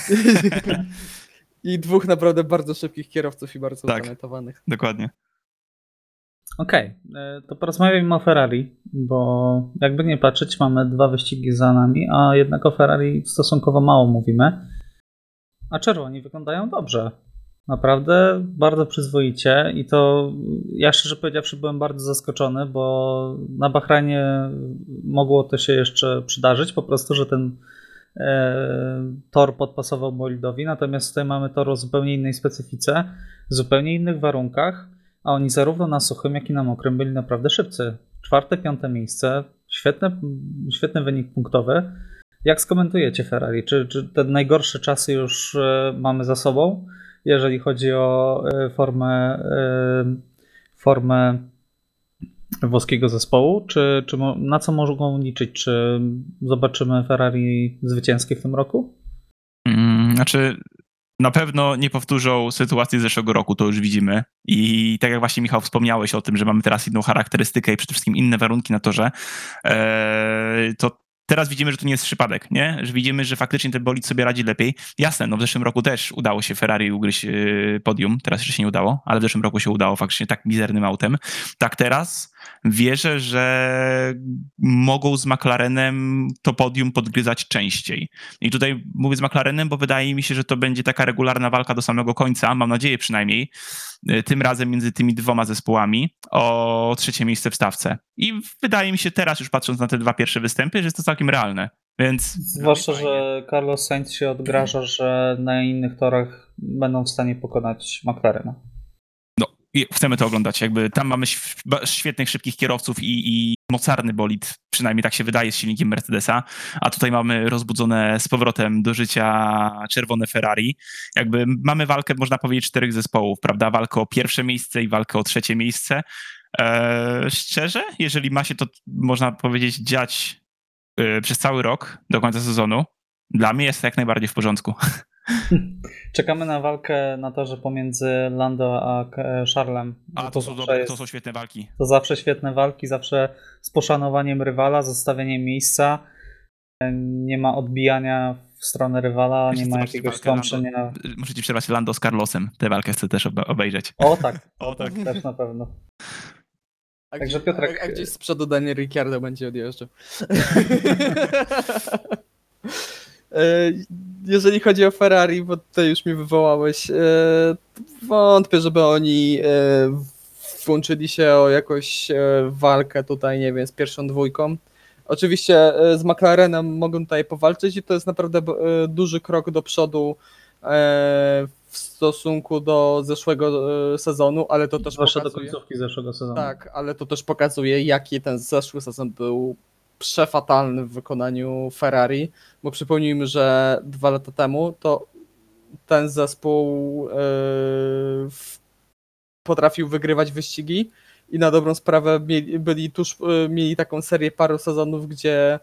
I 2 naprawdę bardzo szybkich kierowców i bardzo utalentowanych. Dokładnie. Okej, to porozmawiajmy o Ferrari, bo jakby nie patrzeć, mamy 2 wyścigi za nami, a jednak o Ferrari stosunkowo mało mówimy. A czerwoni wyglądają dobrze. Naprawdę bardzo przyzwoicie i to ja szczerze powiedziawszy byłem bardzo zaskoczony, bo na Bahrajnie mogło to się jeszcze przydarzyć, po prostu, że ten tor podpasował bolidowi, natomiast tutaj mamy tor o zupełnie innej specyfice, w zupełnie innych warunkach, a oni zarówno na suchym, jak i na mokrym byli naprawdę szybcy. 4., 5. miejsce, świetny wynik punktowy. Jak skomentujecie Ferrari? Czy te najgorsze czasy już mamy za sobą, jeżeli chodzi o formę włoskiego zespołu? Czy na co mogą liczyć? Czy zobaczymy Ferrari zwycięskie w tym roku? Znaczy, na pewno nie powtórzą sytuacji z zeszłego roku, to już widzimy. I tak jak właśnie Michał wspomniałeś o tym, że mamy teraz inną charakterystykę i przede wszystkim inne warunki na torze, to teraz widzimy, że to nie jest przypadek, nie? Że widzimy, że faktycznie ten bolid sobie radzi lepiej. Jasne, no w zeszłym roku też udało się Ferrari ugryźć podium, teraz jeszcze się nie udało, ale w zeszłym roku się udało faktycznie tak mizernym autem. Tak teraz wierzę, że mogą z McLarenem to podium podgryzać częściej. I tutaj mówię z McLarenem, bo wydaje mi się, że to będzie taka regularna walka do samego końca, mam nadzieję przynajmniej, tym razem między tymi 2 zespołami o 3. miejsce w stawce. I wydaje mi się teraz, już patrząc na te 2 pierwsze występy, że jest to całkiem realne. Więc zwłaszcza, że Carlos Sainz się odgraża, że na innych torach będą w stanie pokonać McLarena. No, i chcemy to oglądać. Jakby tam mamy świetnych, szybkich kierowców i mocarny bolid, przynajmniej tak się wydaje z silnikiem Mercedesa, a tutaj mamy rozbudzone z powrotem do życia czerwone Ferrari. Jakby mamy walkę, można powiedzieć, 4 zespołów, prawda? Walkę o 1. miejsce i walkę o 3. miejsce. Szczerze, jeżeli ma się to, można powiedzieć, dziać przez cały rok do końca sezonu, dla mnie jest to jak najbardziej w porządku. Czekamy na walkę na torze pomiędzy Lando a Charlesem. To są świetne walki. To zawsze świetne walki, zawsze z poszanowaniem rywala, zostawieniem miejsca. Nie ma odbijania w stronę rywala, nie ma jakiegoś tłamszenia. Możecie przerwać Lando z Carlosem. Tę walkę chcę też obejrzeć. O tak, też na pewno. Także Piotrek... A gdzieś z przodu Daniel Ricciardo będzie odjeżdżał. Jeżeli chodzi o Ferrari, bo tutaj już mi wywołałeś, wątpię, żeby oni włączyli się o jakąś walkę tutaj, nie wiem, z pierwszą 2. Oczywiście z McLarenem mogą tutaj powalczyć i to jest naprawdę duży krok do przodu w stosunku do zeszłego sezonu, ale to też Zwłaszcza do pokazuje... końcówki zeszłego sezonu. Tak, ale to też pokazuje, jaki ten zeszły sezon był przefatalny w wykonaniu Ferrari, bo przypomnijmy, że 2 lata temu to ten zespół potrafił wygrywać wyścigi i na dobrą sprawę mieli taką serię paru sezonów, gdzie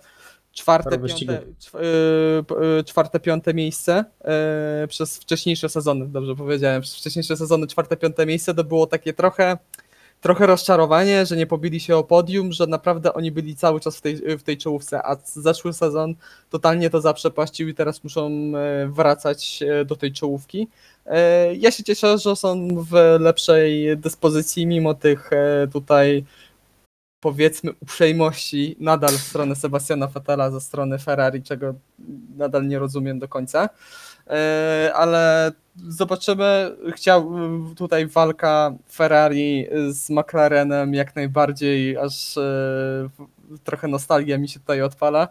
czwarte, piąte miejsce przez wcześniejsze sezony, dobrze powiedziałem, przez wcześniejsze sezony 4., 5. miejsce to było takie trochę rozczarowanie, że nie pobili się o podium, że naprawdę oni byli cały czas w tej czołówce, a zeszły sezon totalnie to zaprzepaścił i teraz muszą wracać do tej czołówki. Ja się cieszę, że są w lepszej dyspozycji, mimo tych tutaj powiedzmy uprzejmości nadal w stronę Sebastiana Vettela ze strony Ferrari, czego nadal nie rozumiem do końca. Ale zobaczymy. Tutaj walka Ferrari z McLarenem jak najbardziej, aż trochę nostalgia mi się tutaj odpala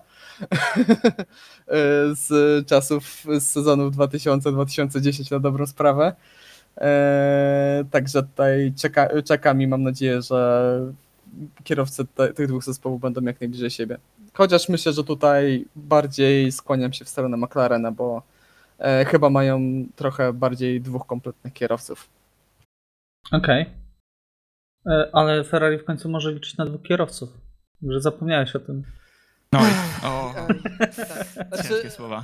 z czasów, z sezonów 2000-2010 na dobrą sprawę. Także tutaj czekam i mam nadzieję, że kierowcy tych dwóch zespołów będą jak najbliżej siebie. Chociaż myślę, że tutaj bardziej skłaniam się w stronę McLarena, bo chyba mają trochę bardziej dwóch kompletnych kierowców. Okej. Ale Ferrari w końcu może liczyć na 2 kierowców. Że zapomniałeś o tym. Ciężkie słowa.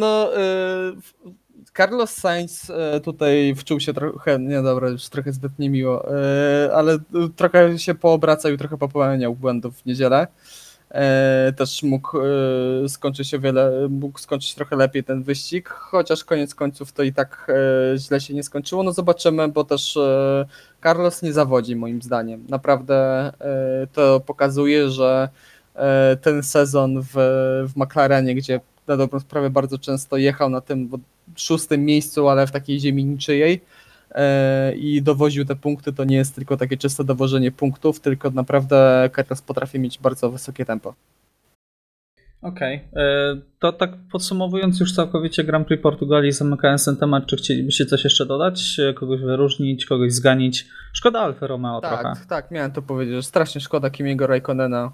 Carlos Sainz tutaj wczuł się trochę, nie dobra, już trochę zbyt niemiło, ale trochę się poobracał i trochę popełniał błędów w niedzielę. Też mógł skończyć trochę lepiej ten wyścig, chociaż koniec końców to i tak źle się nie skończyło. No zobaczymy, bo też Carlos nie zawodzi moim zdaniem. Naprawdę to pokazuje, że ten sezon w McLarenie, gdzie na dobrą sprawę bardzo często jechał na tym 6. miejscu, ale w takiej ziemi niczyjej i dowoził te punkty, to nie jest tylko takie czyste dowożenie punktów, tylko naprawdę Carlos potrafi mieć bardzo wysokie tempo. Okej. To tak podsumowując już całkowicie Grand Prix Portugalii, zamykając ten temat, czy chcielibyście coś jeszcze dodać? Kogoś wyróżnić, kogoś zganić? Szkoda Alfa Romeo trochę. Tak, miałem to powiedzieć, że strasznie szkoda Kimiego Raikkonena.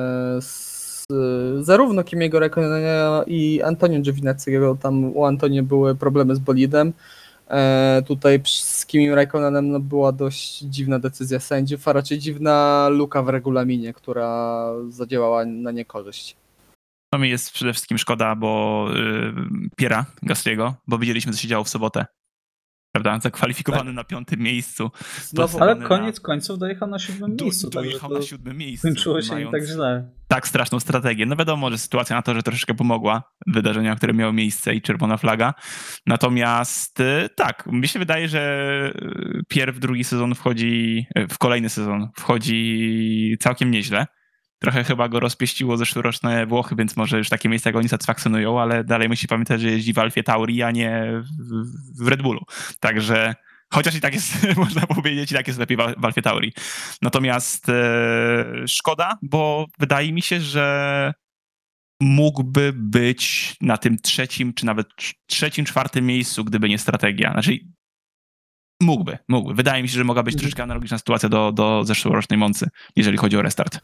Zarówno Kimiego Raikkonena i Antonio Giovinazziego, tam u Antonio były problemy z bolidem. Tutaj z Kimim Raikkonenem była dość dziwna decyzja sędziów, a raczej dziwna luka w regulaminie, która zadziałała na niekorzyść. To mi jest przede wszystkim szkoda, bo Pierre'a Gasly'ego, bo widzieliśmy, co się działo w sobotę. Prawda? Zakwalifikowany na 5. miejscu. Ale koniec końców dojechał na 7. miejscu. Dojechał na 7. miejscu. Skończyło się nie tak źle. Tak straszną strategię. No wiadomo, że sytuacja na to, że troszeczkę pomogła, wydarzenia, które miały miejsce i czerwona flaga. Natomiast tak, mi się wydaje, że Pierre w drugi sezon w kolejny sezon wchodzi całkiem nieźle. Trochę chyba go rozpieściło zeszłoroczne Włochy, więc może już takie miejsca go nie satysfakcjonują, ale dalej musi pamiętać, że jeździ w Alfie Tauri, a nie w Red Bullu. Także chociaż i tak jest, można powiedzieć, i tak jest lepiej w Alfie Tauri. Natomiast szkoda, bo wydaje mi się, że mógłby być na tym 3. czy nawet 3., 4. miejscu, gdyby nie strategia. Znaczy mógłby. Wydaje mi się, że mogła być troszeczkę analogiczna sytuacja do zeszłorocznej Moncy, jeżeli chodzi o restart.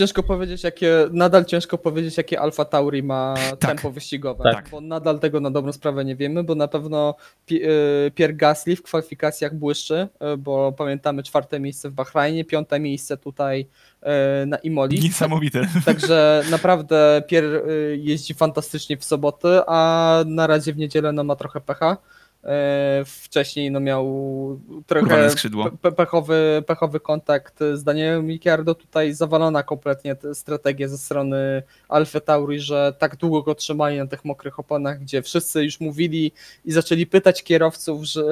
Nadal ciężko powiedzieć, jakie Alfa Tauri ma tempo wyścigowe, tak. Bo nadal tego na dobrą sprawę nie wiemy, bo na pewno Pierre Gasly w kwalifikacjach błyszczy, bo pamiętamy 4. miejsce w Bahrajnie, 5. miejsce tutaj na Imoli. Niesamowite. Także naprawdę Pierre jeździ fantastycznie w soboty, a na razie w niedzielę ma trochę pecha. Wcześniej miał trochę pechowy kontakt z Danielem Ricciardo. Tutaj zawalona kompletnie strategia ze strony Alfy Tauri, że tak długo go trzymali na tych mokrych oponach, gdzie wszyscy już mówili i zaczęli pytać kierowców, że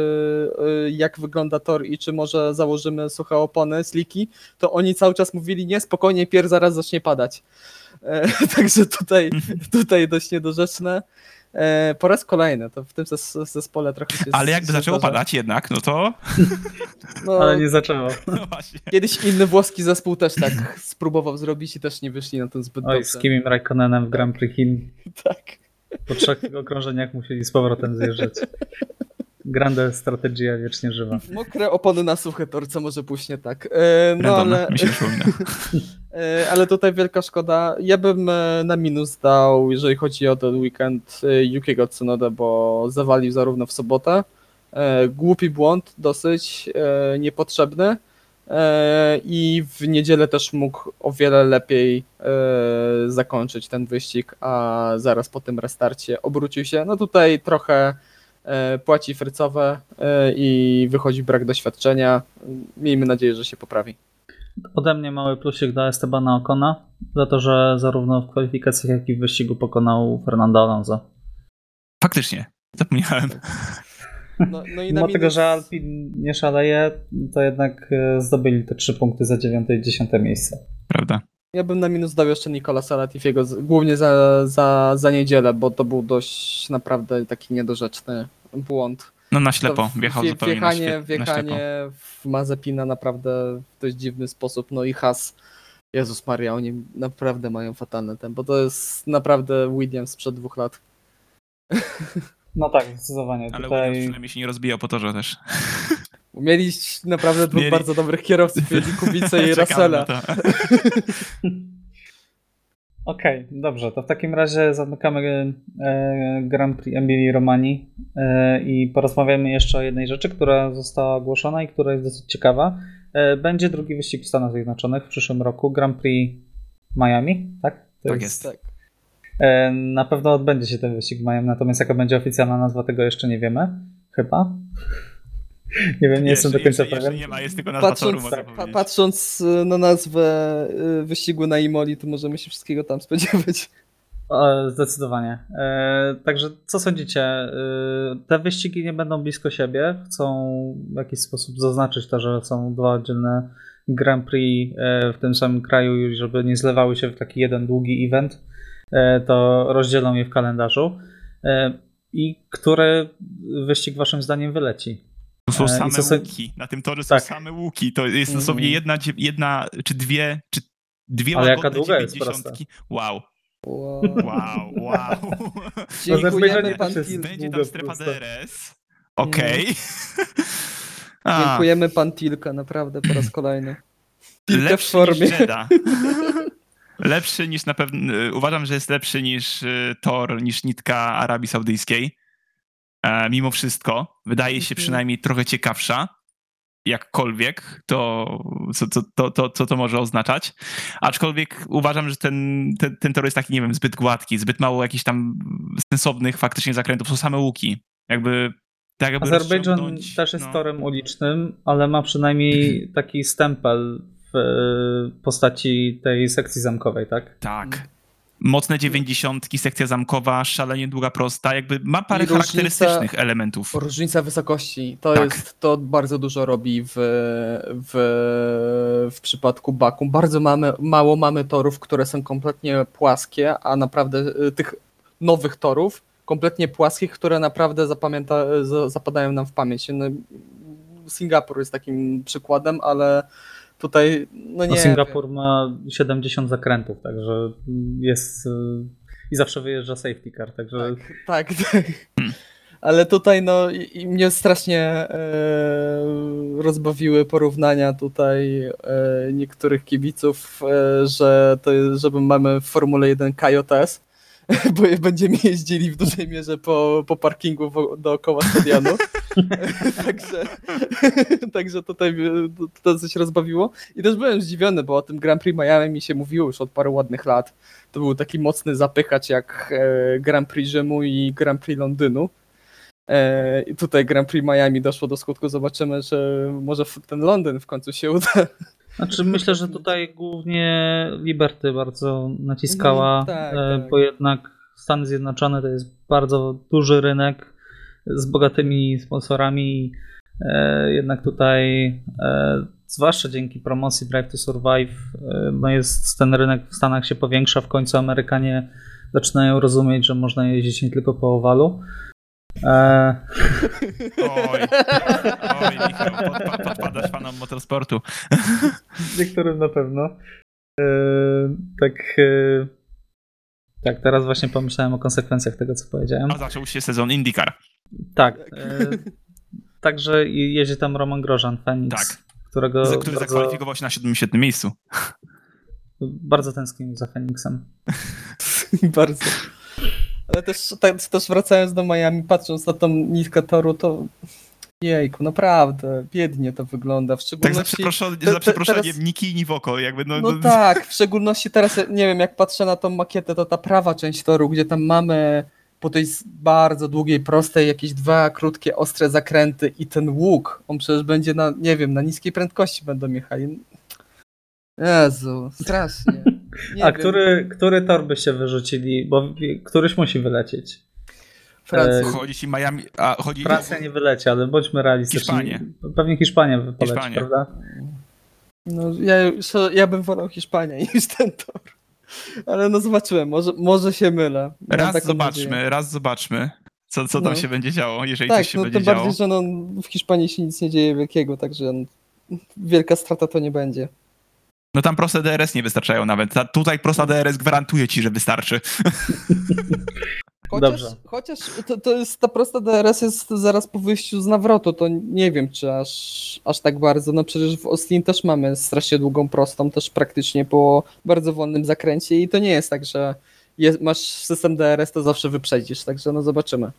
jak wygląda tor i czy może założymy suche opony, sliki, to oni cały czas mówili nie, spokojnie, Pierre zaraz zacznie padać. Także tutaj dość niedorzeczne. Po raz kolejny, to w tym zespole trochę się Ale jakby zaczęło zdarza. padać jednak, no to... No, Ale nie zaczęło. No właśnie. kiedyś inny włoski zespół też tak spróbował zrobić i też nie wyszli na tym zbyt Oj, dobrze. z Kimim Raikkonenem w Grand Prix Chin. Tak. Po 3 okrążeniach musieli z powrotem zjeżdżać. Grande strategia wiecznie żywa. Mokre opony na suchy tor, co może pójść nie tak. No Brandona, ale, mi się przypomina. ale tutaj wielka szkoda. Ja bym na minus dał, jeżeli chodzi o ten weekend, Yukiego Tsunodę, bo zawalił zarówno w sobotę. Głupi błąd, dosyć niepotrzebny. I w niedzielę też mógł o wiele lepiej zakończyć ten wyścig, a zaraz po tym restarcie obrócił się. No tutaj trochę płaci frycowe i wychodzi brak doświadczenia. Miejmy nadzieję, że się poprawi. Ode mnie mały plusik dla Estebana Ocona za to, że zarówno w kwalifikacjach, jak i w wyścigu pokonał Fernando Alonso. Faktycznie, zapomniałem. No i na Mimo tego, minus... że Alpin nie szaleje, to jednak zdobyli te 3 punkty za 9. i 10. miejsce. Prawda. Ja bym na minus dał jeszcze Nicolasa Latifiego, głównie za niedzielę, bo to był dość naprawdę taki niedorzeczny błąd. No na ślepo, To wjechał zupełnie na ślepo. wjechanie w Mazepina naprawdę w dość dziwny sposób. No i Haas, Jezus Maria, oni naprawdę mają fatalne tempo. To jest naprawdę Williams sprzed 2 lat. No tak, zdecydowanie. Ale Tutaj Williams przynajmniej się nie rozbijał po torze też. Mieli naprawdę 2 Mieli. bardzo dobrych kierowców, mieli Kubicę i Czekamy Russella. na to. Okej, dobrze, to w takim razie zamykamy Grand Prix Emilii-Romanii i porozmawiamy jeszcze o jednej rzeczy, która została ogłoszona i która jest dosyć ciekawa. Będzie drugi wyścig w Stanach Zjednoczonych w przyszłym roku, Grand Prix Miami, tak? To Tak jest. Tak. Na pewno odbędzie się ten wyścig w Miami, natomiast jaka będzie oficjalna nazwa, tego jeszcze nie wiemy. Chyba. Nie wiem, nie jestem do końca jeszcze pewien. nie ma, jest tylko nazwa toru, można powiedzieć. Patrząc na nazwę wyścigu na Imoli, to możemy się wszystkiego tam spodziewać. Zdecydowanie. Także co sądzicie? Te wyścigi nie będą blisko siebie. Chcą w jakiś sposób zaznaczyć to, że są 2 oddzielne Grand Prix w tym samym kraju, żeby nie zlewały się w taki jeden długi event. To rozdzielą je w kalendarzu. I który wyścig waszym zdaniem wyleci? To są I co same łuki. Na tym torze Tak. są same łuki. To jest dosłownie jedna czy dwie Ale jaka łagodne długa jest 90. Wow. Wow. Wow. Dziękujemy pan Jest Til. Będzie długo tam strefa prosto. DRS. Okej. Dziękujemy pan Tilka, naprawdę po raz kolejny. Tilka w Lepszy formie. niż Jeddah. Lepszy niż na pewno... Uważam, że jest lepszy niż Tor, niż nitka Arabii Saudyjskiej. Mimo wszystko. Wydaje się przynajmniej trochę ciekawsza. Jakkolwiek, co to może oznaczać. Aczkolwiek uważam, że ten tor jest taki, nie wiem, zbyt gładki, zbyt mało jakichś tam sensownych faktycznie zakrętów. Są same łuki. Jakby Azerbejdżan rozciągnąć, też jest torem ulicznym, ale ma przynajmniej taki stempel w postaci tej sekcji zamkowej, tak? Tak. Mocne 90, sekcja zamkowa, szalenie długa prosta, jakby ma parę I różnica- charakterystycznych elementów. Różnica wysokości, to Tak. jest, to bardzo dużo robi w przypadku Baku. Bardzo mało mamy torów, które są kompletnie płaskie, a naprawdę tych nowych torów, kompletnie płaskich, które naprawdę zapadają nam w pamięć. No, Singapur jest takim przykładem, ale tutaj, no nie Singapur wiem. ma 70 zakrętów, także jest i zawsze wyjeżdża safety car, także Tak. Ale tutaj no i mnie strasznie rozbawiły porównania tutaj niektórych kibiców, że to jest, że mamy w Formule 1 KJS, bo będziemy jeździli w dużej mierze po parkingu dookoła stadionu. Także tutaj to coś rozbawiło. I też byłem zdziwiony, bo o tym Grand Prix Miami mi się mówiło już od paru ładnych lat. To był taki mocny zapychacz jak Grand Prix Rzymu i Grand Prix Londynu. I tutaj Grand Prix Miami doszło do skutku. Zobaczymy, że może ten Londyn w końcu się uda. znaczy myślę, że tutaj głównie Liberty bardzo naciskała, Tak. bo jednak Stany Zjednoczone to jest bardzo duży rynek z bogatymi sponsorami. Jednak tutaj, zwłaszcza dzięki promocji Drive to Survive, no jest ten rynek w Stanach się powiększa. W końcu Amerykanie zaczynają rozumieć, że można jeździć nie tylko po owalu. Oj, Michał, podpadasz fanom motorsportu. Niektórym na pewno. Tak, teraz właśnie pomyślałem o konsekwencjach tego, co powiedziałem. A zaczął się sezon IndyCar. Tak. Także jeździ tam Roman Grosjean, Phoenix, Tak. Który zakwalifikował się na 7. miejscu. Bardzo tęsknię za Phoenixem. Bardzo. Ale też wracając do Miami, patrząc na tą nitkę toru, to jejku, naprawdę, biednie to wygląda. W Tak szczególności... za przeproszeniem Niki i Niwoko. Jakby No tak, w szczególności teraz, nie wiem, jak patrzę na tą makietę, to ta prawa część toru, gdzie tam mamy po tej bardzo długiej, prostej, jakieś 2 krótkie, ostre zakręty i ten łuk, on przecież będzie na, nie wiem, na niskiej prędkości będą jechali. Jezu, strasznie. Nie A wiem. który tor byście wyrzucili? Bo któryś musi wylecieć. Francja. Chodzi ci Miami... chodzi Francja nie wyleci, ale bądźmy realistyczni. Hiszpania. Pewnie Hiszpania poleci, Hiszpania. prawda? No, ja bym wolał Hiszpanię niż ten tor. Ale no zobaczyłem, może się mylę. Mam taką nadzieję. Raz zobaczmy, co tam No. się będzie działo, jeżeli Tak, coś się no będzie tym działo. bardziej, że no, w Hiszpanii się nic nie dzieje wielkiego, także wielka strata to nie będzie. No tam proste DRS nie wystarczają nawet. Tutaj prosta DRS gwarantuje ci, że wystarczy. Dobrze. Chociaż to jest, ta prosta DRS jest zaraz po wyjściu z nawrotu, to nie wiem, czy aż tak bardzo. No przecież w Austin też mamy strasznie długą prostą, też praktycznie po bardzo wolnym zakręcie i to nie jest tak, że masz system DRS, to zawsze wyprzedzisz, także no zobaczymy.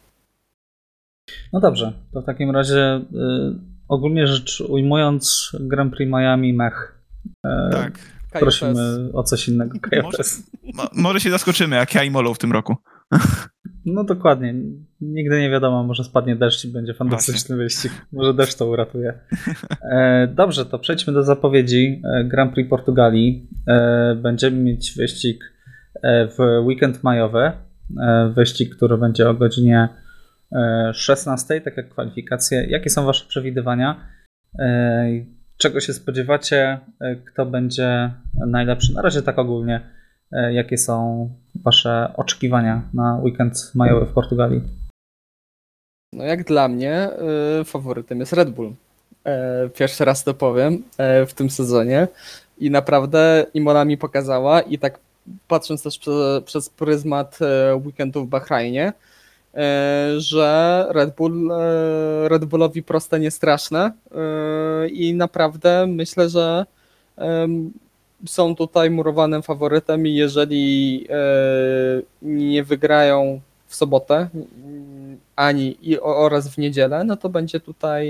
No dobrze, to w takim razie ogólnie rzecz ujmując Grand Prix Miami mech. Tak. Prosimy o coś innego. Może się zaskoczymy, jak ja i Molo w tym roku. No dokładnie. Nigdy nie wiadomo, może spadnie deszcz i będzie fantastyczny wyścig. Może deszcz to uratuje. Dobrze, to przejdźmy do zapowiedzi Grand Prix Portugalii. Będziemy mieć wyścig w weekend majowy. Wyścig, który będzie o godzinie 16, tak jak kwalifikacje. Jakie są wasze przewidywania? Czego się spodziewacie? Kto będzie najlepszy? Na razie tak ogólnie. Jakie są wasze oczekiwania na weekend majowy w Portugalii? No jak dla mnie faworytem jest Red Bull. Pierwszy raz to powiem w tym sezonie i naprawdę Imola mi pokazała i tak patrząc też przez pryzmat weekendu w Bahrajnie, że Red Bullowi proste nie straszne i naprawdę myślę, że są tutaj murowanym faworytem i jeżeli nie wygrają w sobotę oraz w niedzielę, no to będzie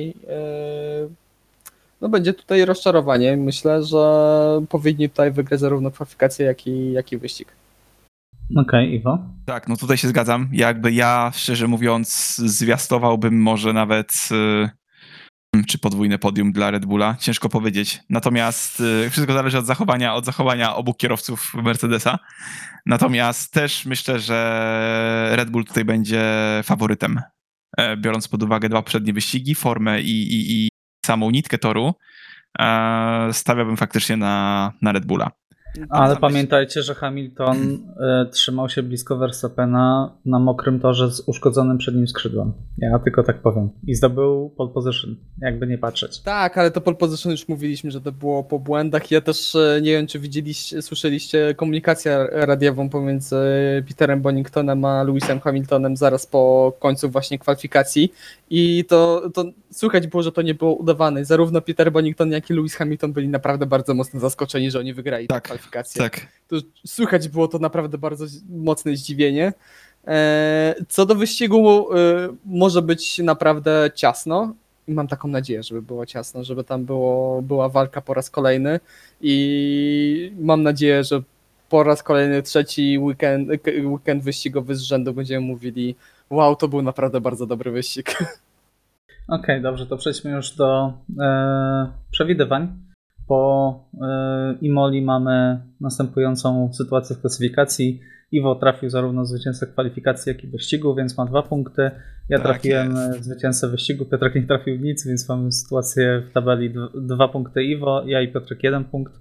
tutaj rozczarowanie. Myślę, że powinni tutaj wygrać zarówno kwalifikację, jak i wyścig. Okej, Iwo? Tak, no tutaj się zgadzam. Jakby ja, szczerze mówiąc, zwiastowałbym może nawet czy podwójne podium dla Red Bulla. Ciężko powiedzieć. Natomiast wszystko zależy od zachowania obu kierowców Mercedesa. Natomiast też myślę, że Red Bull tutaj będzie faworytem. Biorąc pod uwagę 2 poprzednie wyścigi, formę i samą nitkę toru, stawiałbym faktycznie na Red Bulla. Ale pamiętajcie, że Hamilton trzymał się blisko Verstappena na mokrym torze z uszkodzonym przednim skrzydłem. Ja tylko tak powiem. I zdobył pole position, jakby nie patrzeć. Tak, ale to pole position już mówiliśmy, że to było po błędach. Ja też nie wiem, czy słyszeliście komunikację radiową pomiędzy Peterem Boningtonem a Lewisem Hamiltonem zaraz po końcu właśnie kwalifikacji. I to słychać było, że to nie było udawane. Zarówno Peter Bonington, jak i Lewis Hamilton byli naprawdę bardzo mocno zaskoczeni, że oni wygrali tę kwalifikację. Tak. To słychać było to naprawdę bardzo mocne zdziwienie. Co do wyścigu może być naprawdę ciasno. I mam taką nadzieję, żeby było ciasno, żeby tam była walka po raz kolejny i mam nadzieję, że po raz kolejny trzeci weekend wyścigowy z rzędu będziemy mówili: wow, to był naprawdę bardzo dobry wyścig. Okej, dobrze, to przejdźmy już do przewidywań. Po Imoli mamy następującą sytuację w klasyfikacji. Iwo trafił zarówno zwycięzcę kwalifikacji, jak i wyścigu, więc ma 2 punkty. Ja Tak trafiłem jest. zwycięzcę wyścigu, Piotrek nie trafił nic, więc mamy sytuację w tabeli 2 punkty Iwo, ja i Piotrek 1 punkt.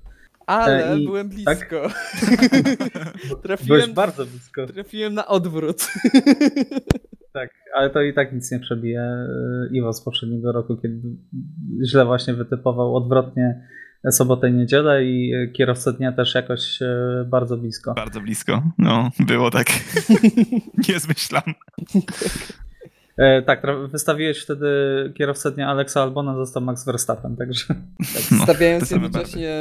Ale I- byłem blisko. Byłeś trafiłem, bardzo blisko. trafiłem na odwrót. Tak, ale to i tak nic nie przebije Iwo z poprzedniego roku, kiedy źle właśnie wytypował odwrotnie sobotę i niedzielę i kierowcę dnia też jakoś bardzo blisko. Bardzo blisko. No, było tak. Nie zmyślam. Tak, wystawiłeś wtedy kierowcę dnia Alexa Albona, został Max Verstappen, także No, Stawiając te same jednocześnie...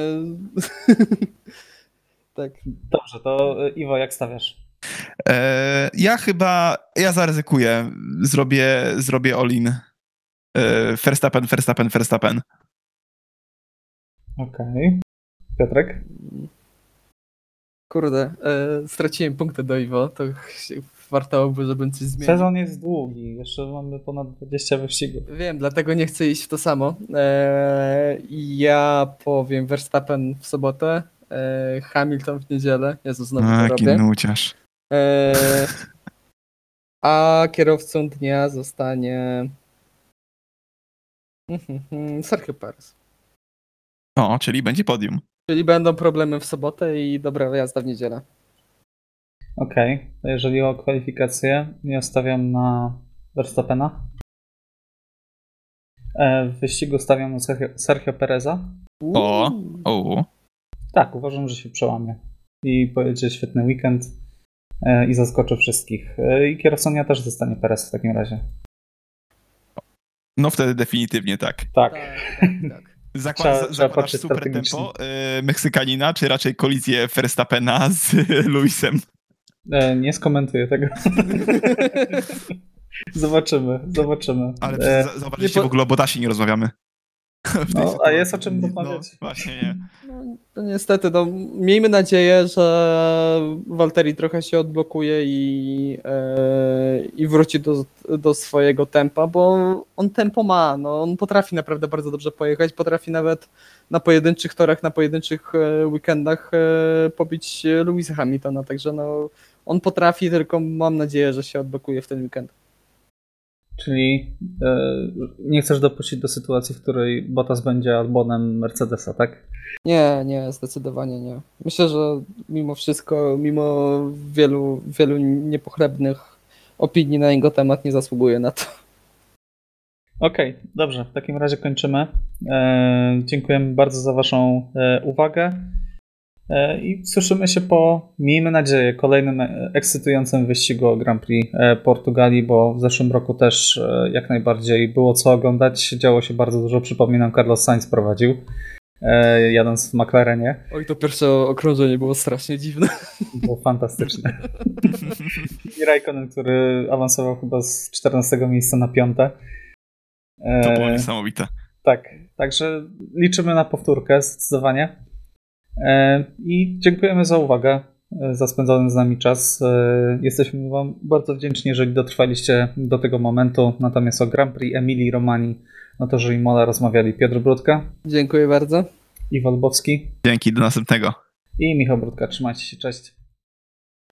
tak. dobrze, to Iwo, jak stawiasz? Ja zaryzykuję. Zrobię all-in. Verstappen. Okej. Piotrek? Kurde, straciłem punkty do Iwo, to warto by, żebym coś zmienił. Sezon jest długi, jeszcze mamy ponad 20 wyścigów. Wiem, dlatego nie chcę iść w to samo. Ja powiem Verstappen w sobotę, Hamilton w niedzielę. Jezu, znowu to Jaki robię. nuciarz. A kierowcą dnia zostanie Sergio Perez. O, czyli będzie podium. Czyli będą problemy w sobotę i dobra jazda w niedzielę. Okej, to jeżeli o kwalifikacje, ja stawiam na Verstappena. W wyścigu stawiam na Sergio Pereza. O. Tak, uważam, że się przełamie i pojedzie świetny weekend i zaskoczy wszystkich. I kierowcą dnia też zostanie Perez w takim razie. No wtedy definitywnie tak. Tak. Tak. Trzeba Zakładasz patrzeć super strategicznie. tempo Meksykanina, czy raczej kolizję Verstappena z Lewisem? Nie skomentuję tego. Zobaczymy. Ale zauważyliście nie po- w ogóle o Bottasie nie rozmawiamy. W tej No, a sytuacji. jest o czym rozmawiać. No, właśnie nie. No niestety, miejmy nadzieję, że Valtteri trochę się odblokuje i wróci do swojego tempa, bo on tempo ma, no, on potrafi naprawdę bardzo dobrze pojechać, potrafi nawet na pojedynczych torach, na pojedynczych weekendach pobić Lewisa Hamiltona, także no, on potrafi, tylko mam nadzieję, że się odblokuje w ten weekend. Czyli nie chcesz dopuścić do sytuacji, w której Bottas będzie Albonem Mercedesa, tak? Nie, zdecydowanie nie. Myślę, że mimo wszystko, mimo wielu niepochlebnych opinii na jego temat, nie zasługuje na to. Okej, dobrze, w takim razie kończymy. Dziękujemy bardzo za Waszą uwagę i słyszymy się po, miejmy nadzieję, kolejnym ekscytującym wyścigu o Grand Prix Portugalii, bo w zeszłym roku też jak najbardziej było co oglądać, działo się bardzo dużo, przypominam, Carlos Sainz prowadził, jadąc w McLarenie. Oj, to pierwsze okrążenie było strasznie dziwne. Było fantastyczne. I Raikkonen, który awansował chyba z 14 miejsca na 5. To było niesamowite. Tak, także liczymy na powtórkę zdecydowanie. I dziękujemy za uwagę, za spędzony z nami czas. Jesteśmy Wam bardzo wdzięczni, jeżeli dotrwaliście do tego momentu. Natomiast o Grand Prix Emilii Romani, no to że Imola rozmawiali Piotr Brudka, Dziękuję bardzo. Iwo Lbowski Dzięki, do następnego. i Michał Brudka. Trzymajcie się, cześć.